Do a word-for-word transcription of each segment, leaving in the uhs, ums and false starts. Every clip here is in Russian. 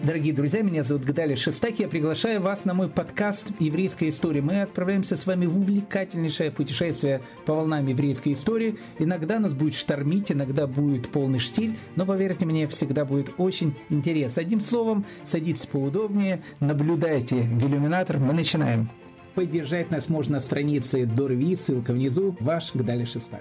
Дорогие друзья, меня зовут Гдалия Шестак. Я приглашаю вас на мой подкаст «Еврейская история». Мы отправляемся с вами в увлекательнейшее путешествие по волнам еврейской истории. Иногда нас будет штормить, иногда будет полный штиль, но, поверьте мне, всегда будет очень интересно. Одним словом, садитесь поудобнее, наблюдайте в иллюминатор. Мы начинаем. Поддержать нас можно на странице Дорви, ссылка внизу. Ваш Гдалия Шестак.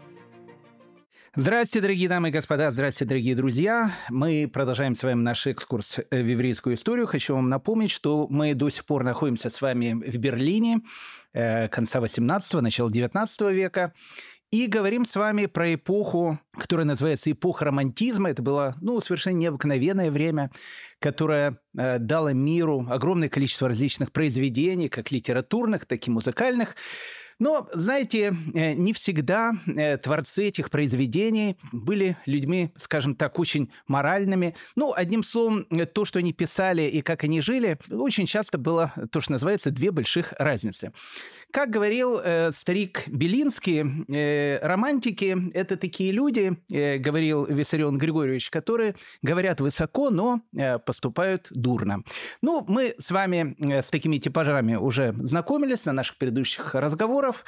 Здравствуйте, дорогие дамы и господа, здравствуйте, дорогие друзья. Мы продолжаем с вами наш экскурс в еврейскую историю. Хочу вам напомнить, что мы до сих пор находимся с вами в Берлине э, конца восемнадцатого, начала девятнадцатого века. И говорим с вами про эпоху, которая называется эпоха романтизма. Это было ну, совершенно необыкновенное время, которое э, дало миру огромное количество различных произведений, как литературных, так и музыкальных. Но, знаете, не всегда творцы этих произведений были людьми, скажем так, очень моральными. Ну, одним словом, то, что они писали и как они жили, очень часто было то, что называется две больших разницы. Как говорил э, старик Белинский, э, романтики – это такие люди, э, говорил Виссарион Григорьевич, которые говорят высоко, но э, поступают дурно. Ну, мы с вами э, с такими типажами уже знакомились на наших предыдущих разговорах.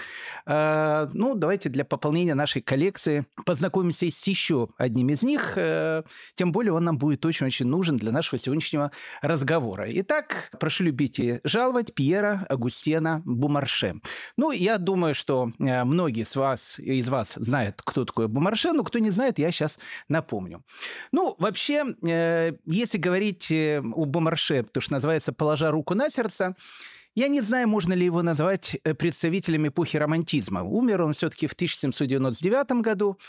Э, ну, давайте для пополнения нашей коллекции познакомимся с еще одним из них. Э, тем более он нам будет очень-очень нужен для нашего сегодняшнего разговора. Итак, прошу любить и жаловать Пьера Огюстена Бомарше. Ну, я думаю, что многие из вас, из вас знают, кто такой Бомарше, но кто не знает, я сейчас напомню. Ну, вообще, если говорить о Бомарше, то, что называется «положа руку на сердце», я не знаю, можно ли его назвать представителем эпохи романтизма. Умер он все-таки в тысяча семьсот девяносто девятом году,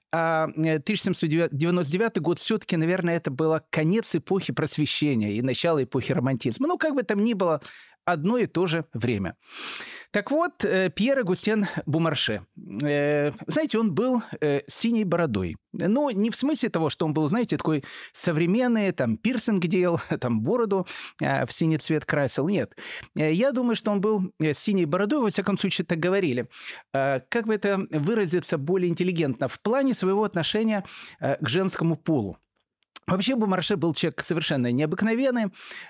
а тысяча семьсот девяносто девятый год все-таки, наверное, это был конец эпохи Просвещения и начало эпохи романтизма. Ну, как бы там ни было, одно и то же время. Так вот, Пьер Огюстен Бомарше. Знаете, он был синей бородой. Ну, не в смысле того, что он был, знаете, такой современный, там, пирсинг делал, там, бороду в синий цвет красил. Нет. Я думаю, что он был синей бородой, во всяком случае, так говорили. Как бы это выразиться более интеллигентно? В плане своего отношения к женскому полу. Вообще Бомарше был человек совершенно необыкновенный.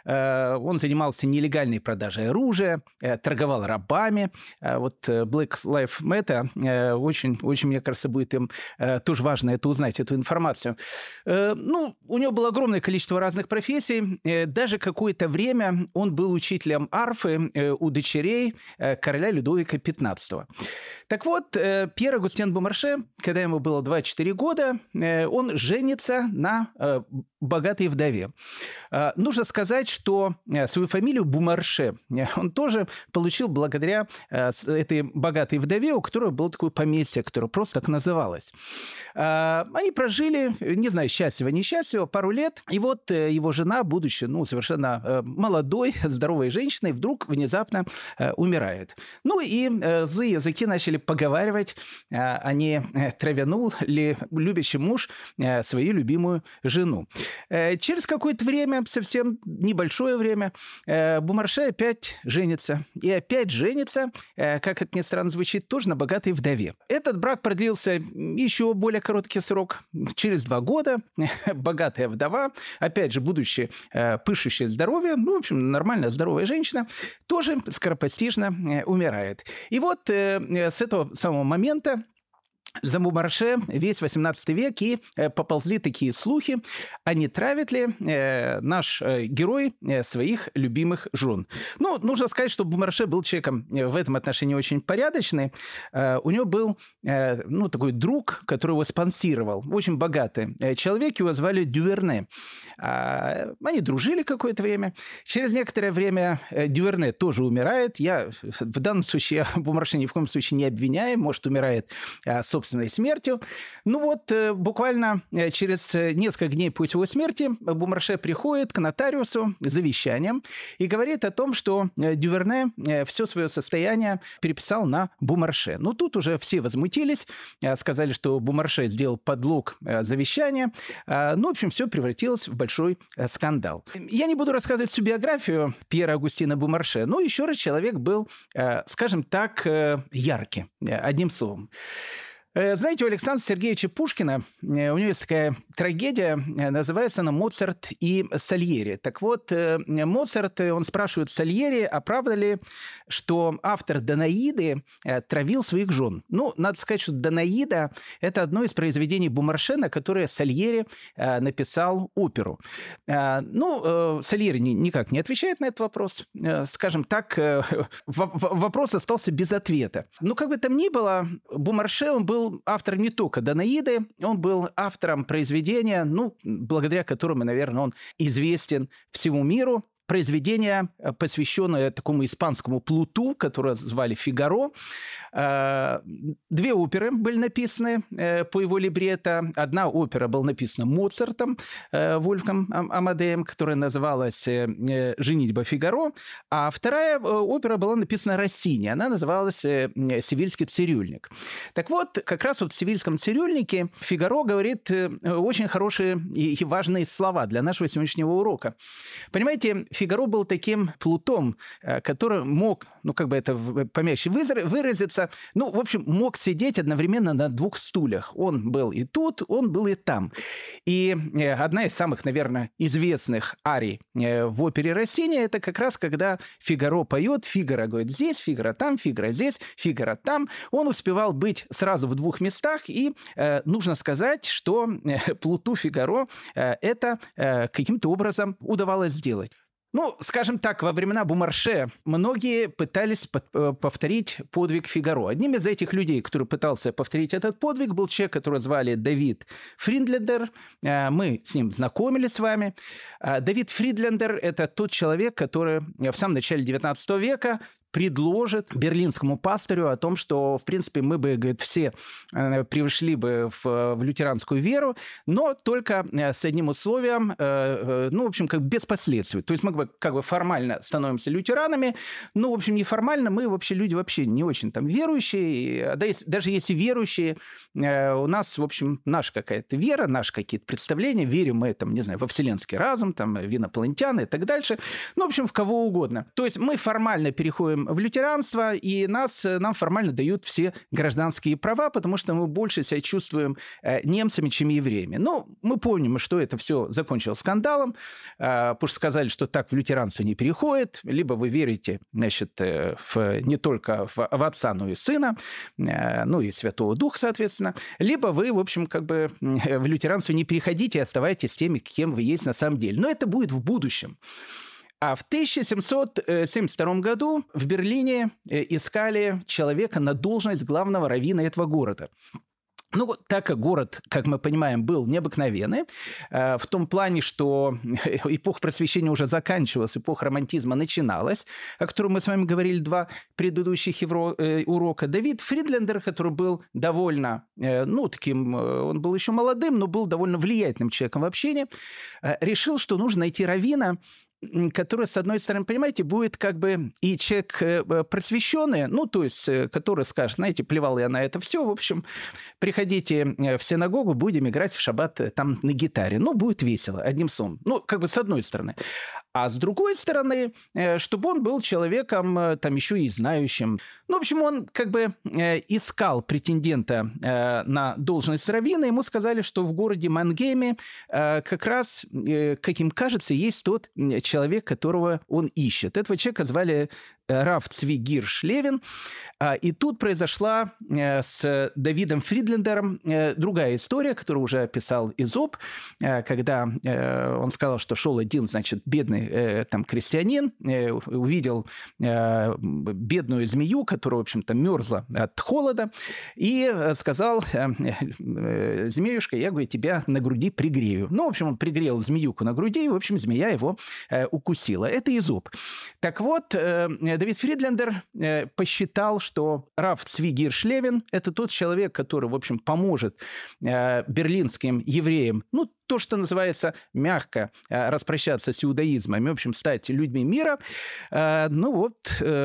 Он занимался нелегальной продажей оружия, торговал рабами. Вот Black Lives Matter, очень, очень, мне кажется, будет им тоже важно это узнать, эту информацию. Ну, у него было огромное количество разных профессий. Даже какое-то время он был учителем арфы у дочерей короля Людовика пятнадцатого. Так вот, Пьер Огюстен Бомарше, когда ему было двадцать четыре года, он женится на богатой вдове. Нужно сказать, что свою фамилию Бомарше он тоже получил благодаря этой богатой вдове, у которой было такое поместье, которое просто так называлось. Они прожили, не знаю, счастливо, несчастливо, пару лет, и вот его жена, будучи ну, совершенно молодой, здоровой женщиной, вдруг внезапно умирает. Ну и злые языки начали поговаривать, а не травянул ли любящий муж свою любимую жену. Через какое-то время, совсем небольшое время, Бомарше опять женится. И опять женится, как это ни странно звучит, тоже на богатой вдове. Этот брак продлился еще более короткий срок. Через два года богатая вдова, опять же, будучи пышущей здоровьем, ну, в общем, нормальная здоровая женщина, тоже скоропостижно умирает. И вот с этого самого момента за Бомарше весь восемнадцатый век и поползли такие слухи, а не травит ли э, наш э, герой э, своих любимых жен. Ну, нужно сказать, что Бомарше был человеком в этом отношении очень порядочный. Э, у него был э, ну, такой друг, который его спонсировал, очень богатый человек, его звали Дюверне. Э, они дружили какое-то время. Через некоторое время Дюверне тоже умирает. Я в данном случае Бомарше ни в коем случае не обвиняю, может, умирает э, собственно, собственной смертью. Ну вот, буквально через несколько дней после его смерти Бомарше приходит к нотариусу с завещанием и говорит о том, что Дюверне все свое состояние переписал на Бомарше. Ну, тут уже все возмутились, сказали, что Бомарше сделал подлог завещания. Ну, в общем, все превратилось в большой скандал. Я не буду рассказывать всю биографию Пьера Огюстена Бомарше, но еще раз человек был, скажем так, яркий, одним словом. Знаете, у Александра Сергеевича Пушкина, у него есть такая трагедия, называется она «Моцарт и Сальери». Так вот, Моцарт, он спрашивает Сальери, а правда ли, что автор «Данаиды» травил своих жен? Ну, надо сказать, что «Данаида» – это одно из произведений Бумарше, которое Сальери написал оперу. Ну, Сальери никак не отвечает на этот вопрос. Скажем так, вопрос остался без ответа. Ну, как бы там ни было, Бумарше, он был автором не только «Данаиды», он был автором произведения, ну, благодаря которому, наверное, он известен всему миру. Произведение, посвященное такому испанскому плуту, которое звали «Фигаро». Две оперы были написаны по его либретто. Одна опера была написана Моцартом, Вольфгангом Амадеем, которая называлась «Женитьба Фигаро», а вторая опера была написана Россини. Она называлась «Севильский цирюльник». Так вот, как раз вот в «Севильском цирюльнике» Фигаро говорит очень хорошие и важные слова для нашего сегодняшнего урока. Понимаете, Фигаро был таким плутом, который мог, ну, как бы это помягче выразиться, ну, в общем, мог сидеть одновременно на двух стульях. Он был и тут, он был и там. И одна из самых, наверное, известных арий в опере Россини – это как раз когда Фигаро поет, Фигаро говорит здесь, Фигаро там, Фигаро здесь, Фигаро там. Он успевал быть сразу в двух местах, и э, нужно сказать, что плуту Фигаро э, это э, каким-то образом удавалось сделать. Ну, скажем так, во времена Бумарше многие пытались повторить подвиг Фигаро. Одним из этих людей, который пытался повторить этот подвиг, был человек, которого звали Давид Фриндлендер. Мы с ним знакомились с вами. Давид Фриндлендер – это тот человек, который в самом начале девятнадцатого века предложит берлинскому пастырю о том, что, в принципе, мы бы, говорит, все пришли бы в, в лютеранскую веру, но только с одним условием, ну, в общем, как без последствий. То есть мы как бы формально становимся лютеранами, но, в общем, неформально мы вообще люди вообще не очень там верующие, да, даже если верующие, у нас, в общем, наша какая-то вера, наши какие-то представления, верим мы, там, не знаю, во вселенский разум, там, в инопланетян и так дальше, ну, в общем, в кого угодно. То есть мы формально переходим в лютеранство, и нас, нам формально дают все гражданские права, потому что мы больше себя чувствуем немцами, чем евреями. Но мы помним, что это все закончилось скандалом, потому что сказали, что так в лютеранство не переходит, либо вы верите, значит, в, не только в, в Отца, но и Сына, ну и Святого Духа, соответственно, либо вы, в общем, как бы в лютеранство не переходите и оставайтесь теми, кем вы есть на самом деле. Но это будет в будущем. А в тысяча семьсот семьдесят втором году в Берлине искали человека на должность главного раввина этого города. Ну, так как город, как мы понимаем, был необыкновенный, э, в том плане, что эпоха просвещения уже заканчивалась, эпоха романтизма начиналась, о которой мы с вами говорили два предыдущих евро, э, урока. Давид Фриндлендер, который был довольно, э, ну, таким, э, он был еще молодым, но был довольно влиятельным человеком в общении, э, решил, что нужно найти раввина, который, с одной стороны, понимаете, будет как бы и человек просвещенный, ну, то есть, который скажет, знаете, плевал я на это все, в общем, приходите в синагогу, будем играть в шаббат там на гитаре. Ну, будет весело, одним словом. Ну, как бы с одной стороны. А с другой стороны, чтобы он был человеком там еще и знающим. Ну, в общем, он как бы искал претендента на должность раввина. Ему сказали, что в городе Мангейме как раз, как им кажется, есть тот человек, которого он ищет. Этого человека звали Рав Цви Гирш Левин. И тут произошла с Давидом Фриндлендером другая история, которую уже описал Эзоп, когда он сказал, что шел один, значит, бедный там крестьянин, увидел бедную змею, которая, в общем-то, мерзла от холода, и сказал: змеюшка, я, говорю, тебя на груди пригрею. Ну, в общем, он пригрел змеюку на груди, и, в общем, змея его укусила. Это Эзоп. Так вот, Давид Фриндлендер посчитал, что Рав Цви Гирш Левин – это тот человек, который, в общем, поможет берлинским евреям, ну, то, что называется, мягко распрощаться с иудаизмом, в общем, стать людьми мира, ну вот,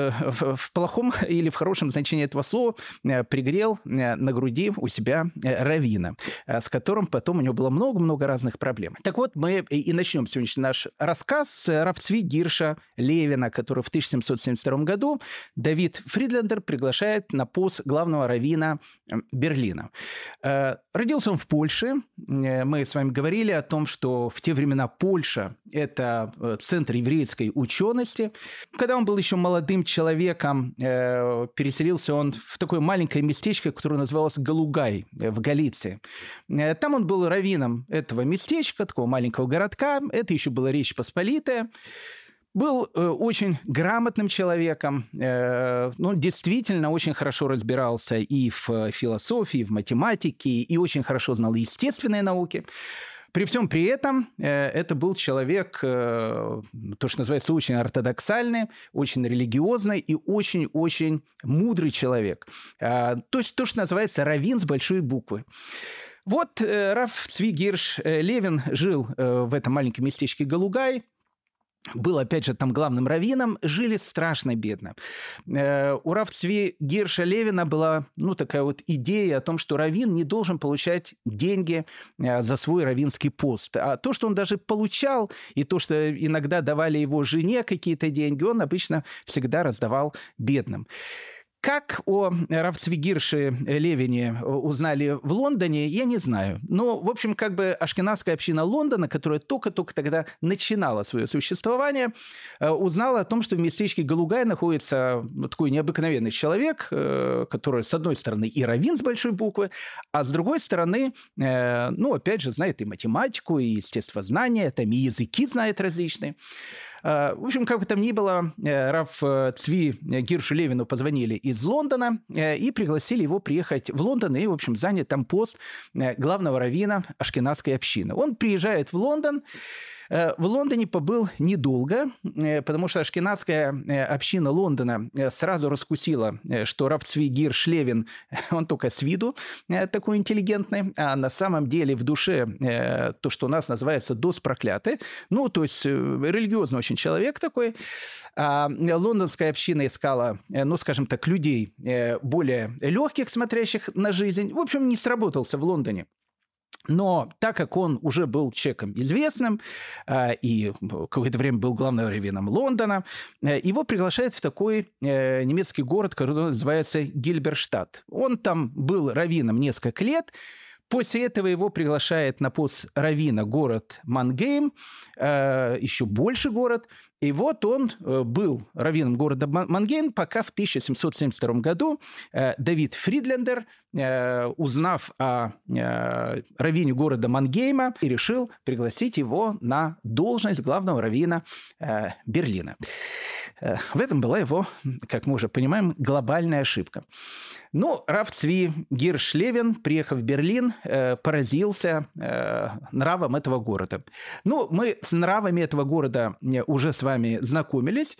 в плохом или в хорошем значении этого слова пригрел на груди у себя раввина, с которым потом у него было много-много разных проблем. Так вот, мы и начнем сегодняшний наш рассказ с Рав Цви Гирша Левина, который в тысяча семьсот семьдесят втором году Давид Фридлендер приглашает на пост главного раввина Берлина. Родился он в Польше. Мы с вами говорили о том, что в те времена Польша – это центр еврейской учености. Когда он был еще молодым человеком, переселился он в такое маленькое местечко, которое называлось Галугай в Галиции. Там он был раввином этого местечка, такого маленького городка. Это еще была Речь Посполитая. Был э, очень грамотным человеком, э, ну, действительно очень хорошо разбирался и в философии, и в математике, и очень хорошо знал естественные науки. При всем при этом э, это был человек, э, то, что называется, очень ортодоксальный, очень религиозный и очень-очень мудрый человек. Э, то есть то, что называется раввин с большой буквы. Вот э, Рав Цви Гирш э, Левин жил э, в этом маленьком местечке Галугай, был, опять же, там главным раввином, жили страшно бедно. У Рав Цви Гирша Левина была, ну, такая вот идея о том, что раввин не должен получать деньги за свой раввинский пост. А то, что он даже получал, и то, что иногда давали его жене какие-то деньги, он обычно всегда раздавал бедным. Как о Рав Цви Гирше Левине узнали в Лондоне, я не знаю. Но, в общем, как бы ашкеназская община Лондона, которая только-только тогда начинала свое существование, узнала о том, что в местечке Галугай находится такой необыкновенный человек, который, с одной стороны, и раввин с большой буквы, а с другой стороны, ну, опять же, знает и математику, и естествознание, там и языки знает различные. В общем, как бы там ни было, Рав Цви Гиршу Левину позвонили из Лондона и пригласили его приехать в Лондон и, в общем, занять там пост главного раввина ашкеназской общины. Он приезжает в Лондон. В Лондоне побыл недолго, потому что ашкеназская община Лондона сразу раскусила, что Рав Цви Гирш Левин, он только с виду такой интеллигентный, а на самом деле в душе то, что у нас называется дос проклятый, ну, то есть религиозный очень человек такой. А лондонская община искала, ну, скажем так, людей более легких, смотрящих на жизнь. В общем, не сработался в Лондоне. Но так как он уже был человеком известным э, и какое-то время был главным раввином Лондона, э, его приглашают в такой э, немецкий город, который называется Гильберштадт. Он там был раввином несколько лет. После этого его приглашает на пост раввина город Мангейм, э, еще больше город. И вот он был раввином города Мангейм, пока в тысяча семьсот семьдесят втором году э, Давид Фридлендер, э, узнав о э, раввине города Мангейма, решил пригласить его на должность главного раввина э, Берлина. Э, в этом была его, как мы уже понимаем, глобальная ошибка. Но Рав Цви Гирш Левин, приехав в Берлин, э, поразился э, нравом этого города. Ну, мы с нравами этого города уже с вами знакомились.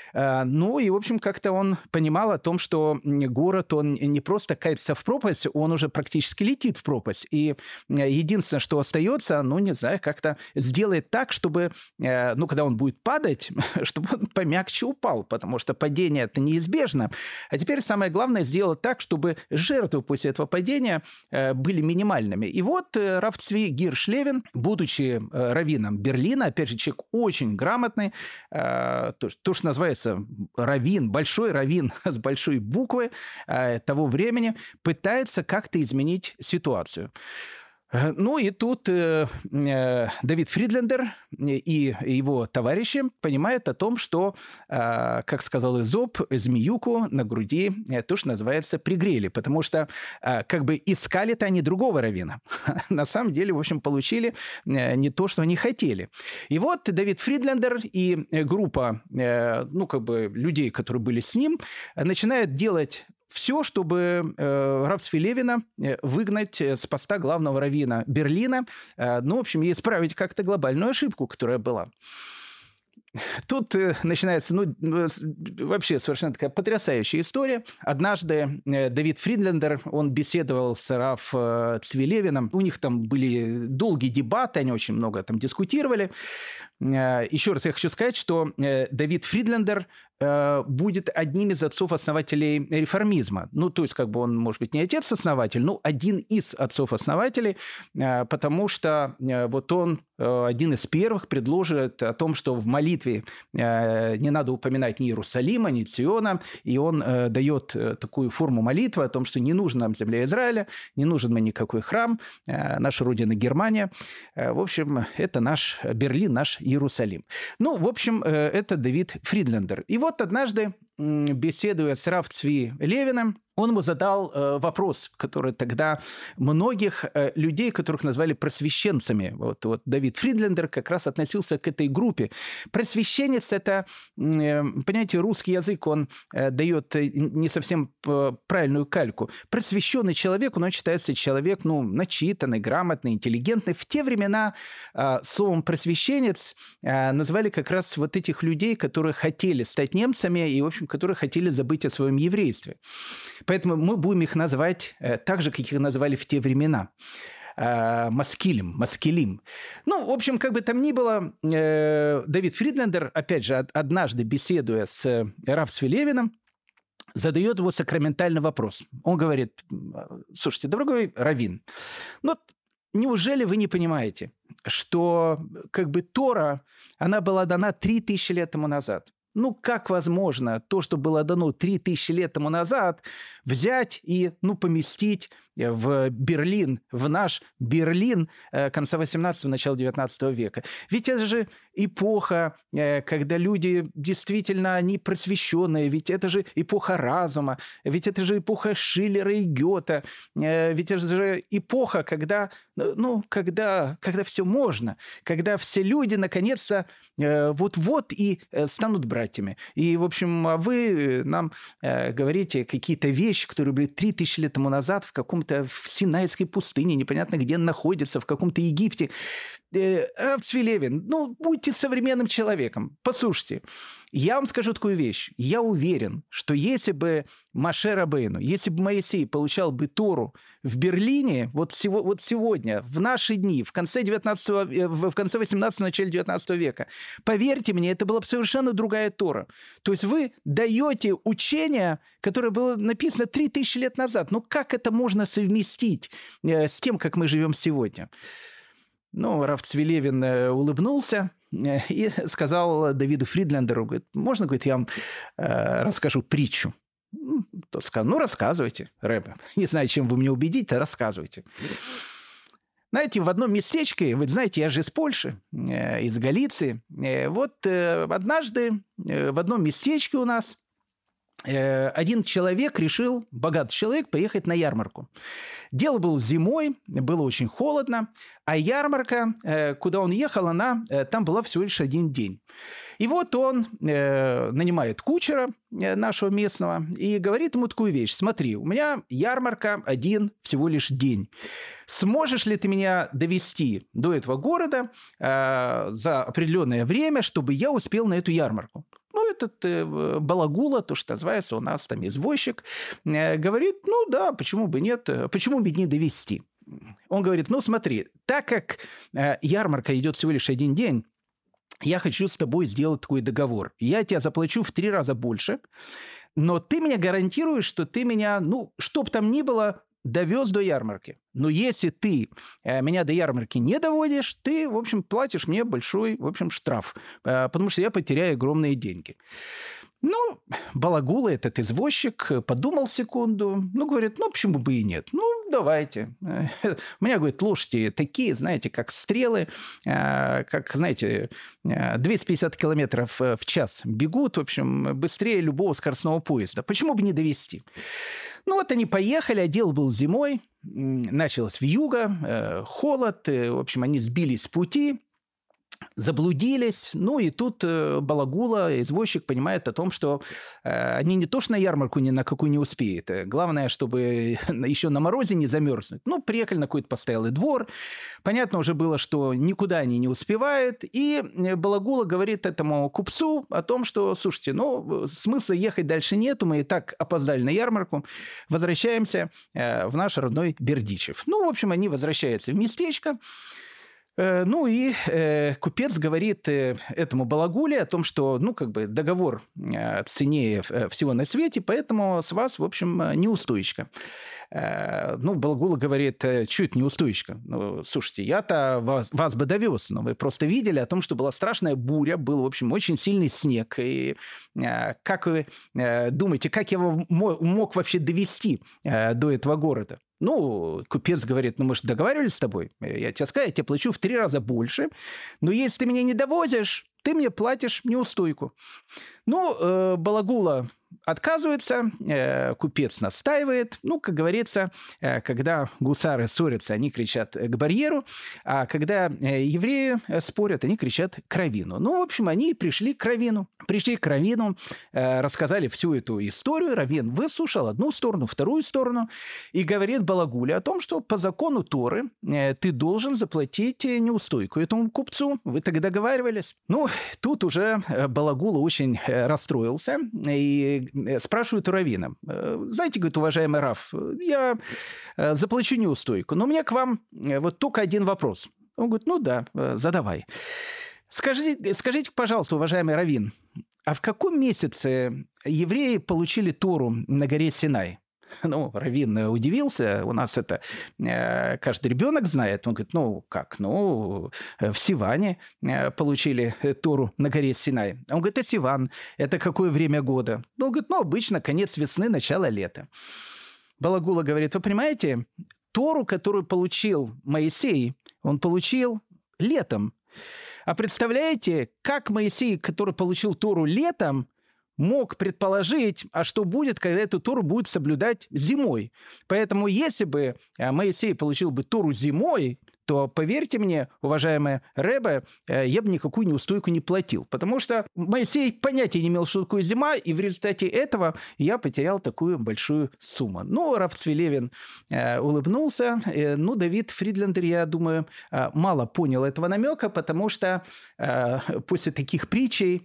Ну и, в общем, как-то он понимал о том, что город, он не просто катится в пропасть, он уже практически летит в пропасть. И единственное, что остается, ну, не знаю, как-то сделать так, чтобы, ну, когда он будет падать, чтобы он помягче упал, потому что падение – это неизбежно. А теперь самое главное – сделать так, чтобы жертвы после этого падения были минимальными. И вот Рав Цви Гирш Левин, будучи раввином Берлина, опять же, человек очень грамотный, то, что называется раввин, большой раввин с большой буквы того времени, пытается как-то изменить ситуацию. Ну и тут э, э, Давид Фридлендер и его товарищи понимают о том, что, э, как сказал Эзоп, змеюку на груди э, то, что называется, пригрели, потому что э, как бы искали-то они другого раввина. На самом деле, в общем, получили э, не то, что они хотели. И вот Давид Фридлендер и группа, э, ну, как бы людей, которые были с ним, начинают делать все, чтобы э, Рав Цви Левина выгнать с поста главного раввина Берлина, э, ну, в общем, и исправить как-то глобальную ошибку, которая была. Тут э, начинается, ну, вообще совершенно такая потрясающая история. Однажды э, Давид Фридлендер, он беседовал с Раф э, Цвилевиным. У них там были долгие дебаты, они очень много там дискутировали. Э, еще раз я хочу сказать, что э, Давид Фридлендер э, будет одним из отцов-основателей реформизма. Ну, то есть, как бы он, может быть, не отец-основатель, но один из отцов-основателей, э, потому что э, вот он э, один из первых предложит о том, что в молитве не надо упоминать ни Иерусалима, ни Циона, и он э, дает такую форму молитвы о том, что не нужна нам земля Израиля, не нужен нам никакой храм, э, наша родина Германия. Э, в общем, это наш Берлин, наш Иерусалим. Ну, в общем, э, это Давид Фридлендер. И вот однажды, э, беседуя с Рав Цви Левиным, он ему задал э, вопрос, который тогда многих э, людей, которых назвали просвещенцами, вот, вот Давид Фридлендер как раз относился к этой группе. Просвещенец – это, э, понимаете, русский язык, он э, дает не совсем э, правильную кальку. Просвещенный человек, он считается человек, ну, начитанный, грамотный, интеллигентный. В те времена э, словом «просвещенец» э, называли как раз вот этих людей, которые хотели стать немцами и, в общем, которые хотели забыть о своем еврействе. Поэтому мы будем их называть э, так же, как их называли в те времена. Э, маскилем, маскилим. Ну, в общем, как бы там ни было, э, Давид Фридлендер, опять же, однажды беседуя с Рав Цви Левиным, задает ему сакраментальный вопрос. Он говорит: слушайте, дорогой раввин, ну, неужели вы не понимаете, что как бы Тора, она была дана три тысячи лет тому назад? Ну, как возможно то, что было дано три тысячи лет тому назад, взять и, ну, поместить в Берлин, в наш Берлин конца восемнадцатого, начала девятнадцатого века? Ведь это же эпоха, когда люди действительно, они просвещенные, ведь это же эпоха разума, ведь это же эпоха Шиллера и Гёте, ведь это же эпоха, когда, ну, когда, когда все можно, когда все люди, наконец-то, вот-вот и станут братьями. И, в общем, вы нам говорите какие-то вещи, которые были три тысячи лет тому назад в каком-то в Синайской пустыне, непонятно где находится, в каком-то Египте. Рав Цви Левин, ну, будьте современным человеком. Послушайте, я вам скажу такую вещь. Я уверен, что если бы Моше Рабейну, если бы Моисей получал бы Тору в Берлине вот, сего, вот сегодня, в наши дни, в конце девятнадцатого, в конце восемнадцатого, начале девятнадцатого века, поверьте мне, это была бы совершенно другая Тора. То есть вы даете учение, которое было написано три тысячи лет назад. Ну, как это можно совместить с тем, как мы живем сегодня? Ну, Рав Цви Левин улыбнулся и сказал Давиду Фридлендеру, говорит: можно, говорит, я вам э, расскажу притчу? Тот сказал: ну, рассказывайте, Рэбе. Не знаю, чем вы меня убедите, рассказывайте. Знаете, в одном местечке, вы знаете, я же из Польши, э, из Галиции, э, вот э, однажды э, в одном местечке у нас один человек решил, богатый человек, поехать на ярмарку. Дело было зимой, было очень холодно, а ярмарка, куда он ехал, она, там была всего лишь один день. И вот он э, нанимает кучера нашего местного и говорит ему такую вещь: смотри, у меня ярмарка один всего лишь день. Сможешь ли ты меня довести до этого города э, за определенное время, чтобы я успел на эту ярмарку? Ну, этот э, балагула, то, что называется у нас там извозчик, э, говорит: ну да, почему бы нет, почему бы не довести? Он говорит: ну смотри, так как э, ярмарка идет всего лишь один день, я хочу с тобой сделать такой договор. Я тебе заплачу в три раза больше, но ты мне гарантируешь, что ты меня, ну, что бы там ни было, довез до ярмарки. Но если ты э, меня до ярмарки не доводишь, ты, в общем, платишь мне большой, в общем, штраф, э, потому что я потеряю огромные деньги. Ну, балагула, этот извозчик, подумал секунду, ну, говорит: ну, почему бы и нет? Ну, давайте. У меня, говорит, лошади такие, знаете, как стрелы, как, знаете, двести пятьдесят километров в час бегут, в общем, быстрее любого скоростного поезда. Почему бы не довести? Ну, вот они поехали, а дело был зимой, началась вьюга, холод, в общем, они сбились с пути. заблудились. Ну и тут э, Балагула, извозчик, понимает о том, что э, они не то что на ярмарку ни на какую не успеют. э, Главное, чтобы еще на морозе не замерзнуть. Ну, приехали на какой-то постоялый двор. Понятно уже было, что никуда они не успевают. И э, Балагула говорит этому купцу о том, что, слушайте, ну, смысла ехать дальше нету, мы и так опоздали на ярмарку, возвращаемся э, в наш родной Бердичев. Ну, в общем, они возвращаются в местечко. Э, Ну и э, купец говорит э, этому Балагуле о том, что, ну, как бы договор э, ценнее э, всего на свете, поэтому с вас, в общем, э, неустойка. Э, Ну, Балагула говорит, э, чё это неустойка? Ну, слушайте, я-то вас, вас бы довез, но вы просто видели о том, что была страшная буря, был, в общем, очень сильный снег. И э, как вы э, думаете, как я его мо- мог вообще довести э, до этого города? Ну, купец говорит, ну мы же договаривались с тобой, я тебе скажу, я тебе плачу в три раза больше, но если ты меня не довозишь, ты мне платишь неустойку. Ну, э, Балагула отказывается, э, купец настаивает. Ну, как говорится, э, когда гусары ссорятся, они кричат к барьеру, а когда э, евреи спорят, они кричат к раввину. Ну, в общем, они пришли к раввину. Пришли к раввину, э, рассказали всю эту историю. Раввин выслушал одну сторону, вторую сторону и говорит Балагуле о том, что по закону Торы э, ты должен заплатить неустойку этому купцу. Вы так договаривались. Ну, тут уже Балагула очень расстроился и спрашивает у раввина. Знаете, говорит, уважаемый рав, я заплачу неустойку, но у меня к вам вот только один вопрос. Он говорит, ну да, задавай. Скажите, скажите, пожалуйста, уважаемый раввин, а в каком месяце евреи получили Тору на горе Синай? Ну, раввин удивился, у нас это э, каждый ребенок знает. Он говорит, ну, как? Ну, в Сиване э, получили Тору на горе Синай. Он говорит, а Сиван – это какое время года? Ну, он говорит, ну, обычно конец весны, начало лета. Балагула говорит, вы понимаете, Тору, которую получил Моисей, он получил летом. А представляете, как Моисей, который получил Тору летом, мог предположить, а что будет, когда эту Тору будет соблюдать зимой. Поэтому если бы Моисей получил бы Тору зимой, то, поверьте мне, уважаемая Ребе, я бы никакую неустойку не платил. Потому что Моисей понятия не имел, что такое зима, и в результате этого я потерял такую большую сумму. Ну, рав Цвилевин э, улыбнулся. Э, ну, Давид Фридлендер, я думаю, э, мало понял этого намека, потому что э, после таких притчей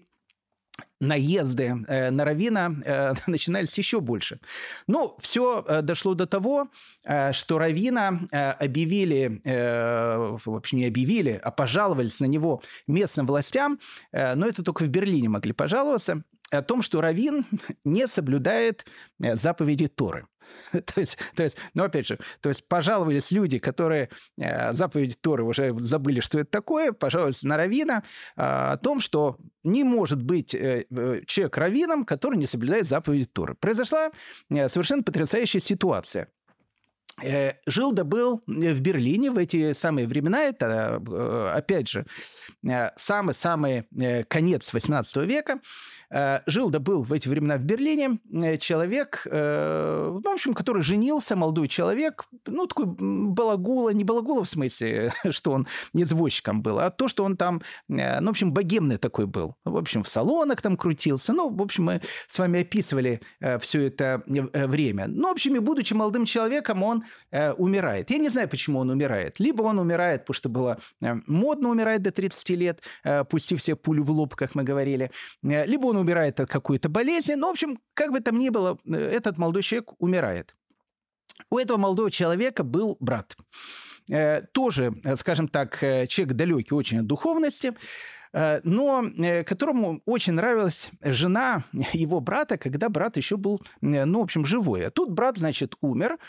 наезды э, на раввина э, начинались еще больше. Ну, все э, дошло до того, э, что раввина э, объявили, э, в общем, не объявили, а пожаловались на него местным властям, э, но это только в Берлине могли пожаловаться, о том, что раввин не соблюдает э, заповеди Торы. То есть, то есть, ну, опять же, то есть пожаловались люди, которые э, заповеди Торы уже забыли, что это такое, пожаловались на раввина э, о том, что не может быть э, человек раввином, который не соблюдает заповеди Торы. Произошла э, совершенно потрясающая ситуация. Э, жил да был в Берлине в эти самые времена, это, э, опять же, э, самый-самый э, конец восемнадцатого века, жил да был в эти времена в Берлине человек, ну, в общем, который женился, молодой человек, ну, такой балагула, не балагула в смысле, что он извозчиком был, а то, что он там, ну, в общем, богемный такой был. В общем, в салонах там крутился. Ну, в общем, мы с вами описывали все это время. Ну, в общем, и будучи молодым человеком, он умирает. Я не знаю, почему он умирает. Либо он умирает, потому что было модно умирать до тридцати лет, пустив себе пулю в лоб, как мы говорили, либо он умирает от какой-то болезни. Но, в общем, как бы там ни было, этот молодой человек умирает. У этого молодого человека был брат. Тоже, скажем так, человек далекий очень от духовности, но которому очень нравилась жена его брата, когда брат еще был, ну, в общем, живой. А тут брат, значит, умер.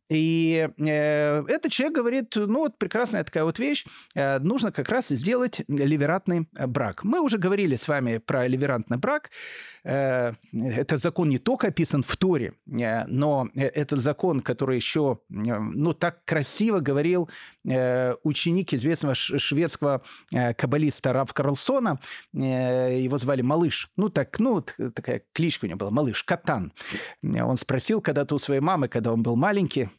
И э, этот человек говорит, ну вот прекрасная такая вот вещь, э, нужно как раз сделать ливератный брак. Мы уже говорили с вами про ливератный брак. Э, этот закон не только описан в Торе, э, но это закон, который еще, э, ну так красиво говорил э, ученик известного шведского э, каббалиста Рав Карлсона. Э, его звали Малыш. Ну так, ну такая кличка у него была, Малыш, Катан. Он спросил когда-то у своей мамы, когда он был маленький,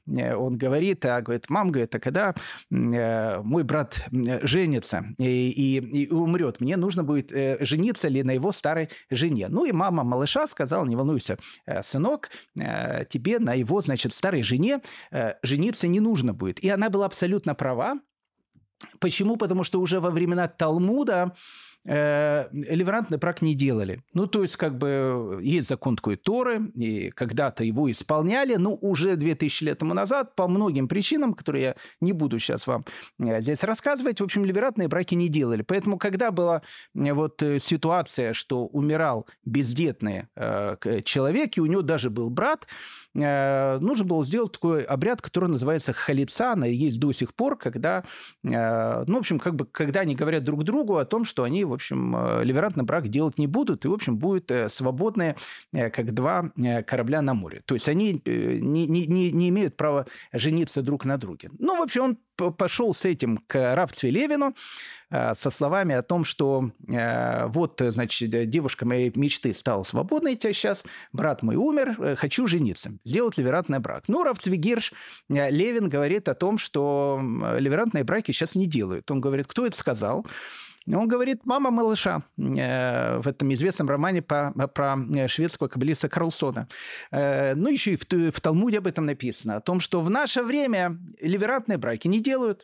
он говорит, а говорит, мам, говорит, а когда мой брат женится и, и, и умрет, мне нужно будет жениться ли на его старой жене. Ну и мама малыша сказала, не волнуйся, сынок, тебе на его, значит, старой жене жениться не нужно будет. И она была абсолютно права. Почему? Потому что уже во времена Талмуда э, ливерантный брак не делали. Ну, то есть, как бы, есть закон такой Торы, и когда-то его исполняли, но уже две тысячи лет тому назад, по многим причинам, которые я не буду сейчас вам здесь рассказывать, в общем, ливерантные браки не делали. Поэтому, когда была вот ситуация, что умирал бездетный э, человек, и у него даже был брат, нужно было сделать такой обряд, который называется халицана, и есть до сих пор, когда, ну, в общем, как бы, когда они говорят друг другу о том, что они, в общем, ливерантный брак делать не будут, и, в общем, будут свободные, как два корабля на море. То есть они не, не, не имеют права жениться друг на друге. Ну, в общем, он пошел с этим к Рав Цви Левину со словами о том, что вот, значит, девушка моей мечты стала свободной сейчас, брат мой умер, хочу жениться, сделать ливерантный брак. Ну, Рав Цви Гирш Левин говорит о том, что ливерантные браки сейчас не делают. Он говорит, кто это сказал? Он говорит, мама малыша в этом известном романе по, про шведского каббалиста Карлсона. Ну, еще и в, в Талмуде об этом написано, о том, что в наше время ливерантные браки не делают.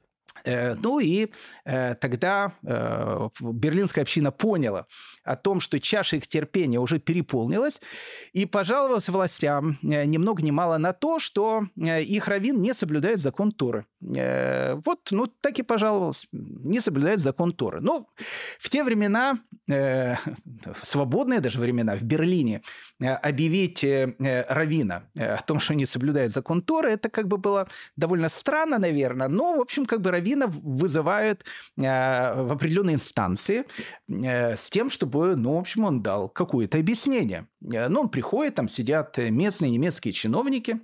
Ну и тогда берлинская община поняла о том, что чаша их терпения уже переполнилась, и пожаловалась властям ни много ни мало на то, что их раввин не соблюдает закон Торы. Вот, ну, так и пожаловалась. Не соблюдает закон Торы. Ну, в те времена, свободные даже времена, в Берлине объявить раввина о том, что не соблюдает закон Торы, это как бы было довольно странно, наверное, но, в общем, как бы раввин вызывают э, в определенные инстанции э, с тем, чтобы, ну, в общем, он дал какое-то объяснение. Э, ну, он приходит, там сидят местные немецкие чиновники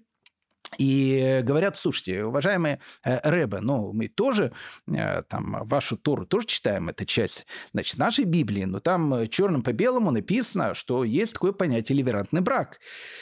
и говорят, слушайте, уважаемые э, рэбе, ну, мы тоже э, там вашу Тору тоже читаем, это часть, значит, нашей Библии, но там черным по белому написано, что есть такое понятие ливерантный брак.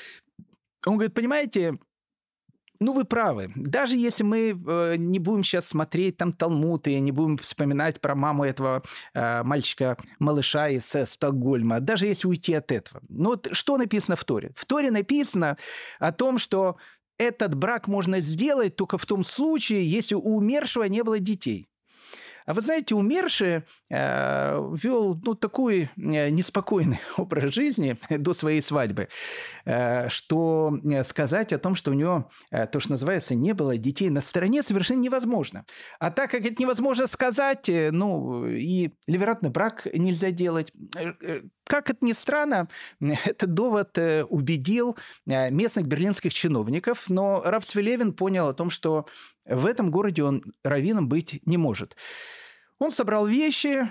Он говорит, понимаете, ну, вы правы. Даже если мы э, не будем сейчас смотреть там Талмуд и не будем вспоминать про маму этого э, мальчика-малыша из э, Стокгольма, даже если уйти от этого. Ну, вот что написано в Торе? В Торе написано о том, что этот брак можно сделать только в том случае, если у умершего не было детей. А вы знаете, умерший э, вел, ну, такой э, неспокойный образ жизни до своей свадьбы, э, что сказать о том, что у него, э, то, что называется, не было детей на стороне, совершенно невозможно. А так как это невозможно сказать, э, ну, и ливерантный брак нельзя делать. Э, Как это ни странно, этот довод убедил местных берлинских чиновников, но Рав Цви Левин понял о том, что в этом городе он раввином быть не может. Он собрал вещи,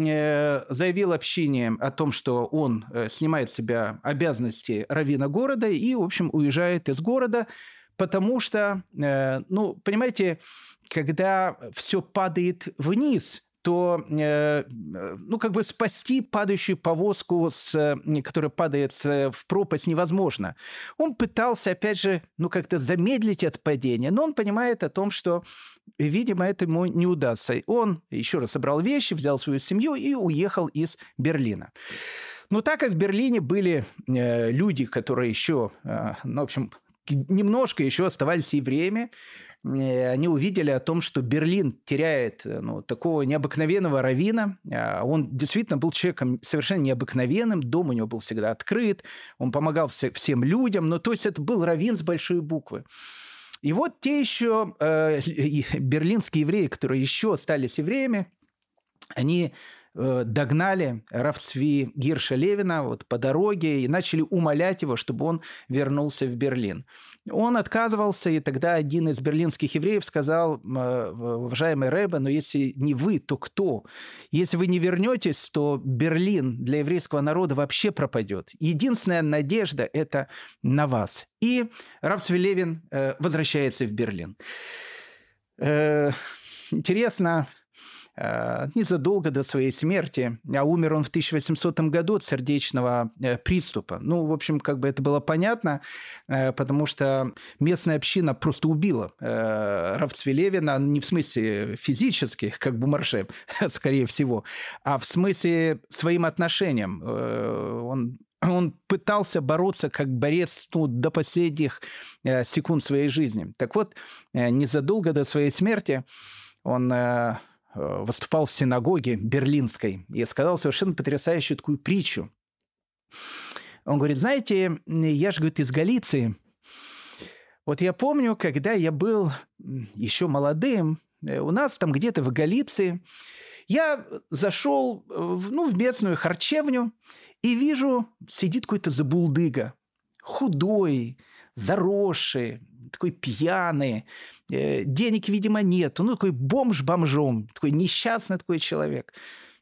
заявил общине о том, что он снимает с себя обязанности раввина города и, в общем, уезжает из города, потому что, ну, понимаете, когда все падает вниз, то, ну, как бы спасти падающую повозку, с, которая падает в пропасть, невозможно. Он пытался, опять же, ну, как-то замедлить это падение, но он понимает о том, что, видимо, это ему не удастся. Он еще раз собрал вещи, взял свою семью и уехал из Берлина. Но так как в Берлине были люди, которые еще, ну, в общем, немножко еще оставались евреями, они увидели о том, что Берлин теряет, ну, такого необыкновенного раввина. Он действительно был человеком совершенно необыкновенным, дом у него был всегда открыт, он помогал всем людям, но то есть это был раввин с большой буквы. И вот те еще э, берлинские евреи, которые еще остались евреями, они догнали Рав Цви Гирша Левина вот по дороге и начали умолять его, чтобы он вернулся в Берлин. Он отказывался, и тогда один из берлинских евреев сказал: уважаемый рэбе, но если не вы, то кто? Если вы не вернетесь, то Берлин для еврейского народа вообще пропадет. Единственная надежда – это на вас. И Рав Цви Левин возвращается в Берлин. Интересно, незадолго до своей смерти, а умер он в тысяча восьмисотом году от сердечного приступа. Ну, в общем, как бы это было понятно, потому что местная община просто убила Равцвелевина, не в смысле физически, как Бумарше, скорее всего, а в смысле своим отношением. Он Он пытался бороться как борец ну, до последних э, секунд своей жизни. Так вот, э, незадолго до своей смерти он э, выступал в синагоге берлинской и сказал совершенно потрясающую такую притчу. Он говорит, знаете, я же, говорит, из Галиции. Вот я помню, когда я был еще молодым, у нас там где-то в Галиции, я зашел в, ну, в местную харчевню, и вижу, сидит какой-то забулдыга, худой, заросший, такой пьяный, э, денег, видимо, нету, ну, такой бомж бомжом, такой несчастный такой человек.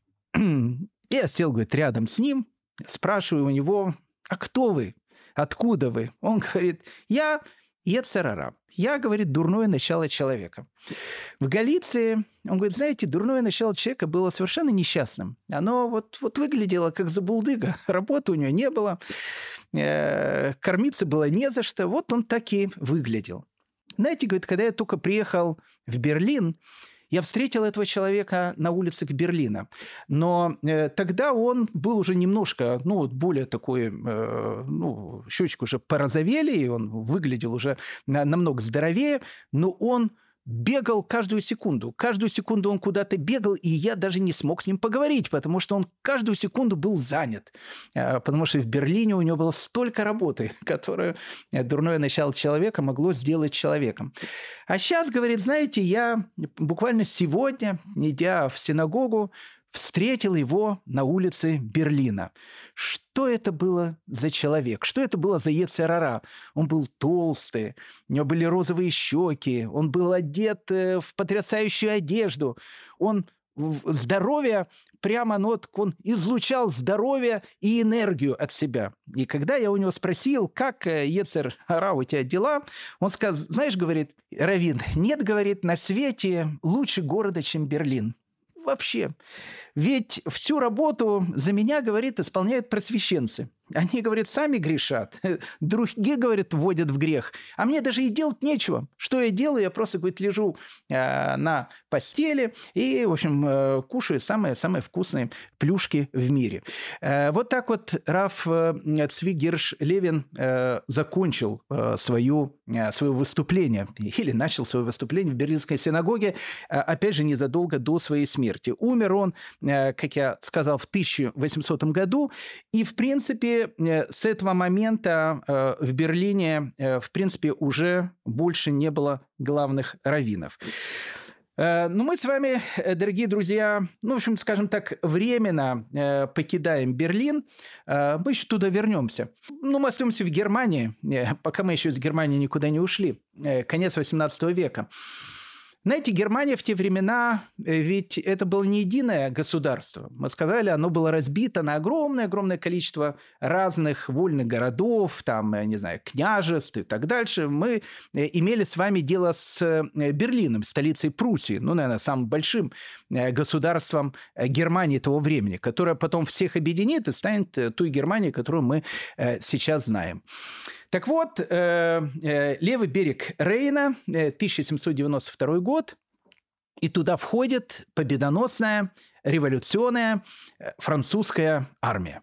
Я сел, говорит, рядом с ним, спрашиваю у него, а кто вы, откуда вы? Он говорит, я Йецер ара. Я, говорит, дурное начало человека. В Галиции, он говорит, знаете, дурное начало человека было совершенно несчастным. Оно вот, вот выглядело как забулдыга. Работы у него не было. Э-э- кормиться было не за что. Вот он так и выглядел. Знаете, говорит, когда я только приехал в Берлин, я встретил этого человека на улицах Берлина. Но э, тогда он был уже немножко, ну, вот более такой, э, ну, щечки уже порозовели, и он выглядел уже на, намного здоровее, но он бегал каждую секунду. Каждую секунду он куда-то бегал, и я даже не смог с ним поговорить, потому что он каждую секунду был занят. Потому что в Берлине у него было столько работы, которую дурное начало человека могло сделать человеком. А сейчас, говорит, знаете, я буквально сегодня, идя в синагогу, встретил его на улице Берлина. Что это было за человек? Что это было за Йецер ара? Он был толстый, у него были розовые щеки, он был одет в потрясающую одежду, он здоровье, прямо ну, вот, он излучал здоровье и энергию от себя. И когда я у него спросил, как Йецер ара, у тебя дела, он сказал, знаешь, говорит, Равин, нет, говорит, на свете лучше города, чем Берлин. Вообще. Ведь всю работу за меня, говорит, исполняют просвещенцы. Они, говорит, сами грешат. Другие, говорит, вводят в грех. А мне даже и делать нечего. Что я делаю? Я просто, говорит, лежу э, на постели и, в общем, э, кушаю самые-самые вкусные плюшки в мире. Э, вот так вот Рав Цви Гирш Левин э, закончил э, свою, э, свое выступление. Или начал свое выступление в Берлинской синагоге, э, опять же, незадолго до своей смерти. Умер он, э, как я сказал, в тысяча восьмисотом году. И, в принципе, с этого момента в Берлине, в принципе, уже больше не было главных раввинов. Но мы с вами, дорогие друзья, ну, в общем, скажем так, временно покидаем Берлин, мы еще туда вернемся. Ну, мы остаемся в Германии, пока мы еще из Германии никуда не ушли, конец восемнадцатого века. Знаете, Германия в те времена, ведь это было не единое государство. Мы сказали, оно было разбито на огромное-огромное количество разных вольных городов, там, не знаю, княжеств и так дальше. Мы имели с вами дело с Берлином, столицей Пруссии, ну, наверное, самым большим государством Германии того времени, которое потом всех объединит и станет той Германией, которую мы сейчас знаем. Так вот, левый берег Рейна, тысяча семьсот девяносто второй год, и туда входит победоносная революционная французская армия.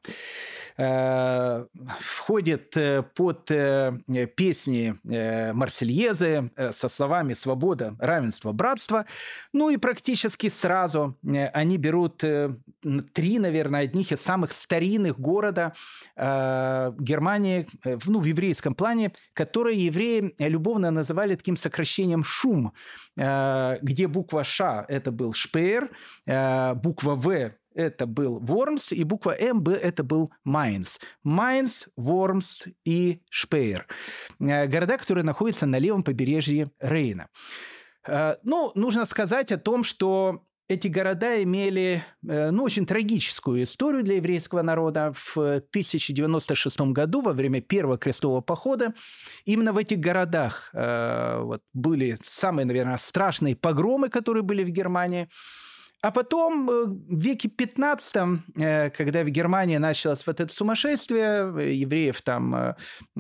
Входит под песни Марсельезы со словами «Свобода, равенство, братство». Ну и практически сразу они берут три, наверное, одних из самых старинных города Германии, ну, в еврейском плане, которые евреи любовно называли таким сокращением «Шум», где буква «Ш» – это был Шпеер, буква «В» это был Вормс, и буква «М» это был Майнц. Майнц, Вормс и Шпеер. Города, которые находятся на левом побережье Рейна. Ну, нужно сказать о том, что эти города имели, ну, очень трагическую историю для еврейского народа. В тысяча девяносто шестом году, во время первого крестового похода, именно в этих городах вот, были самые, наверное, страшные погромы, которые были в Германии. А потом в веке пятнадцатом, когда в Германии началось вот это сумасшествие, евреев там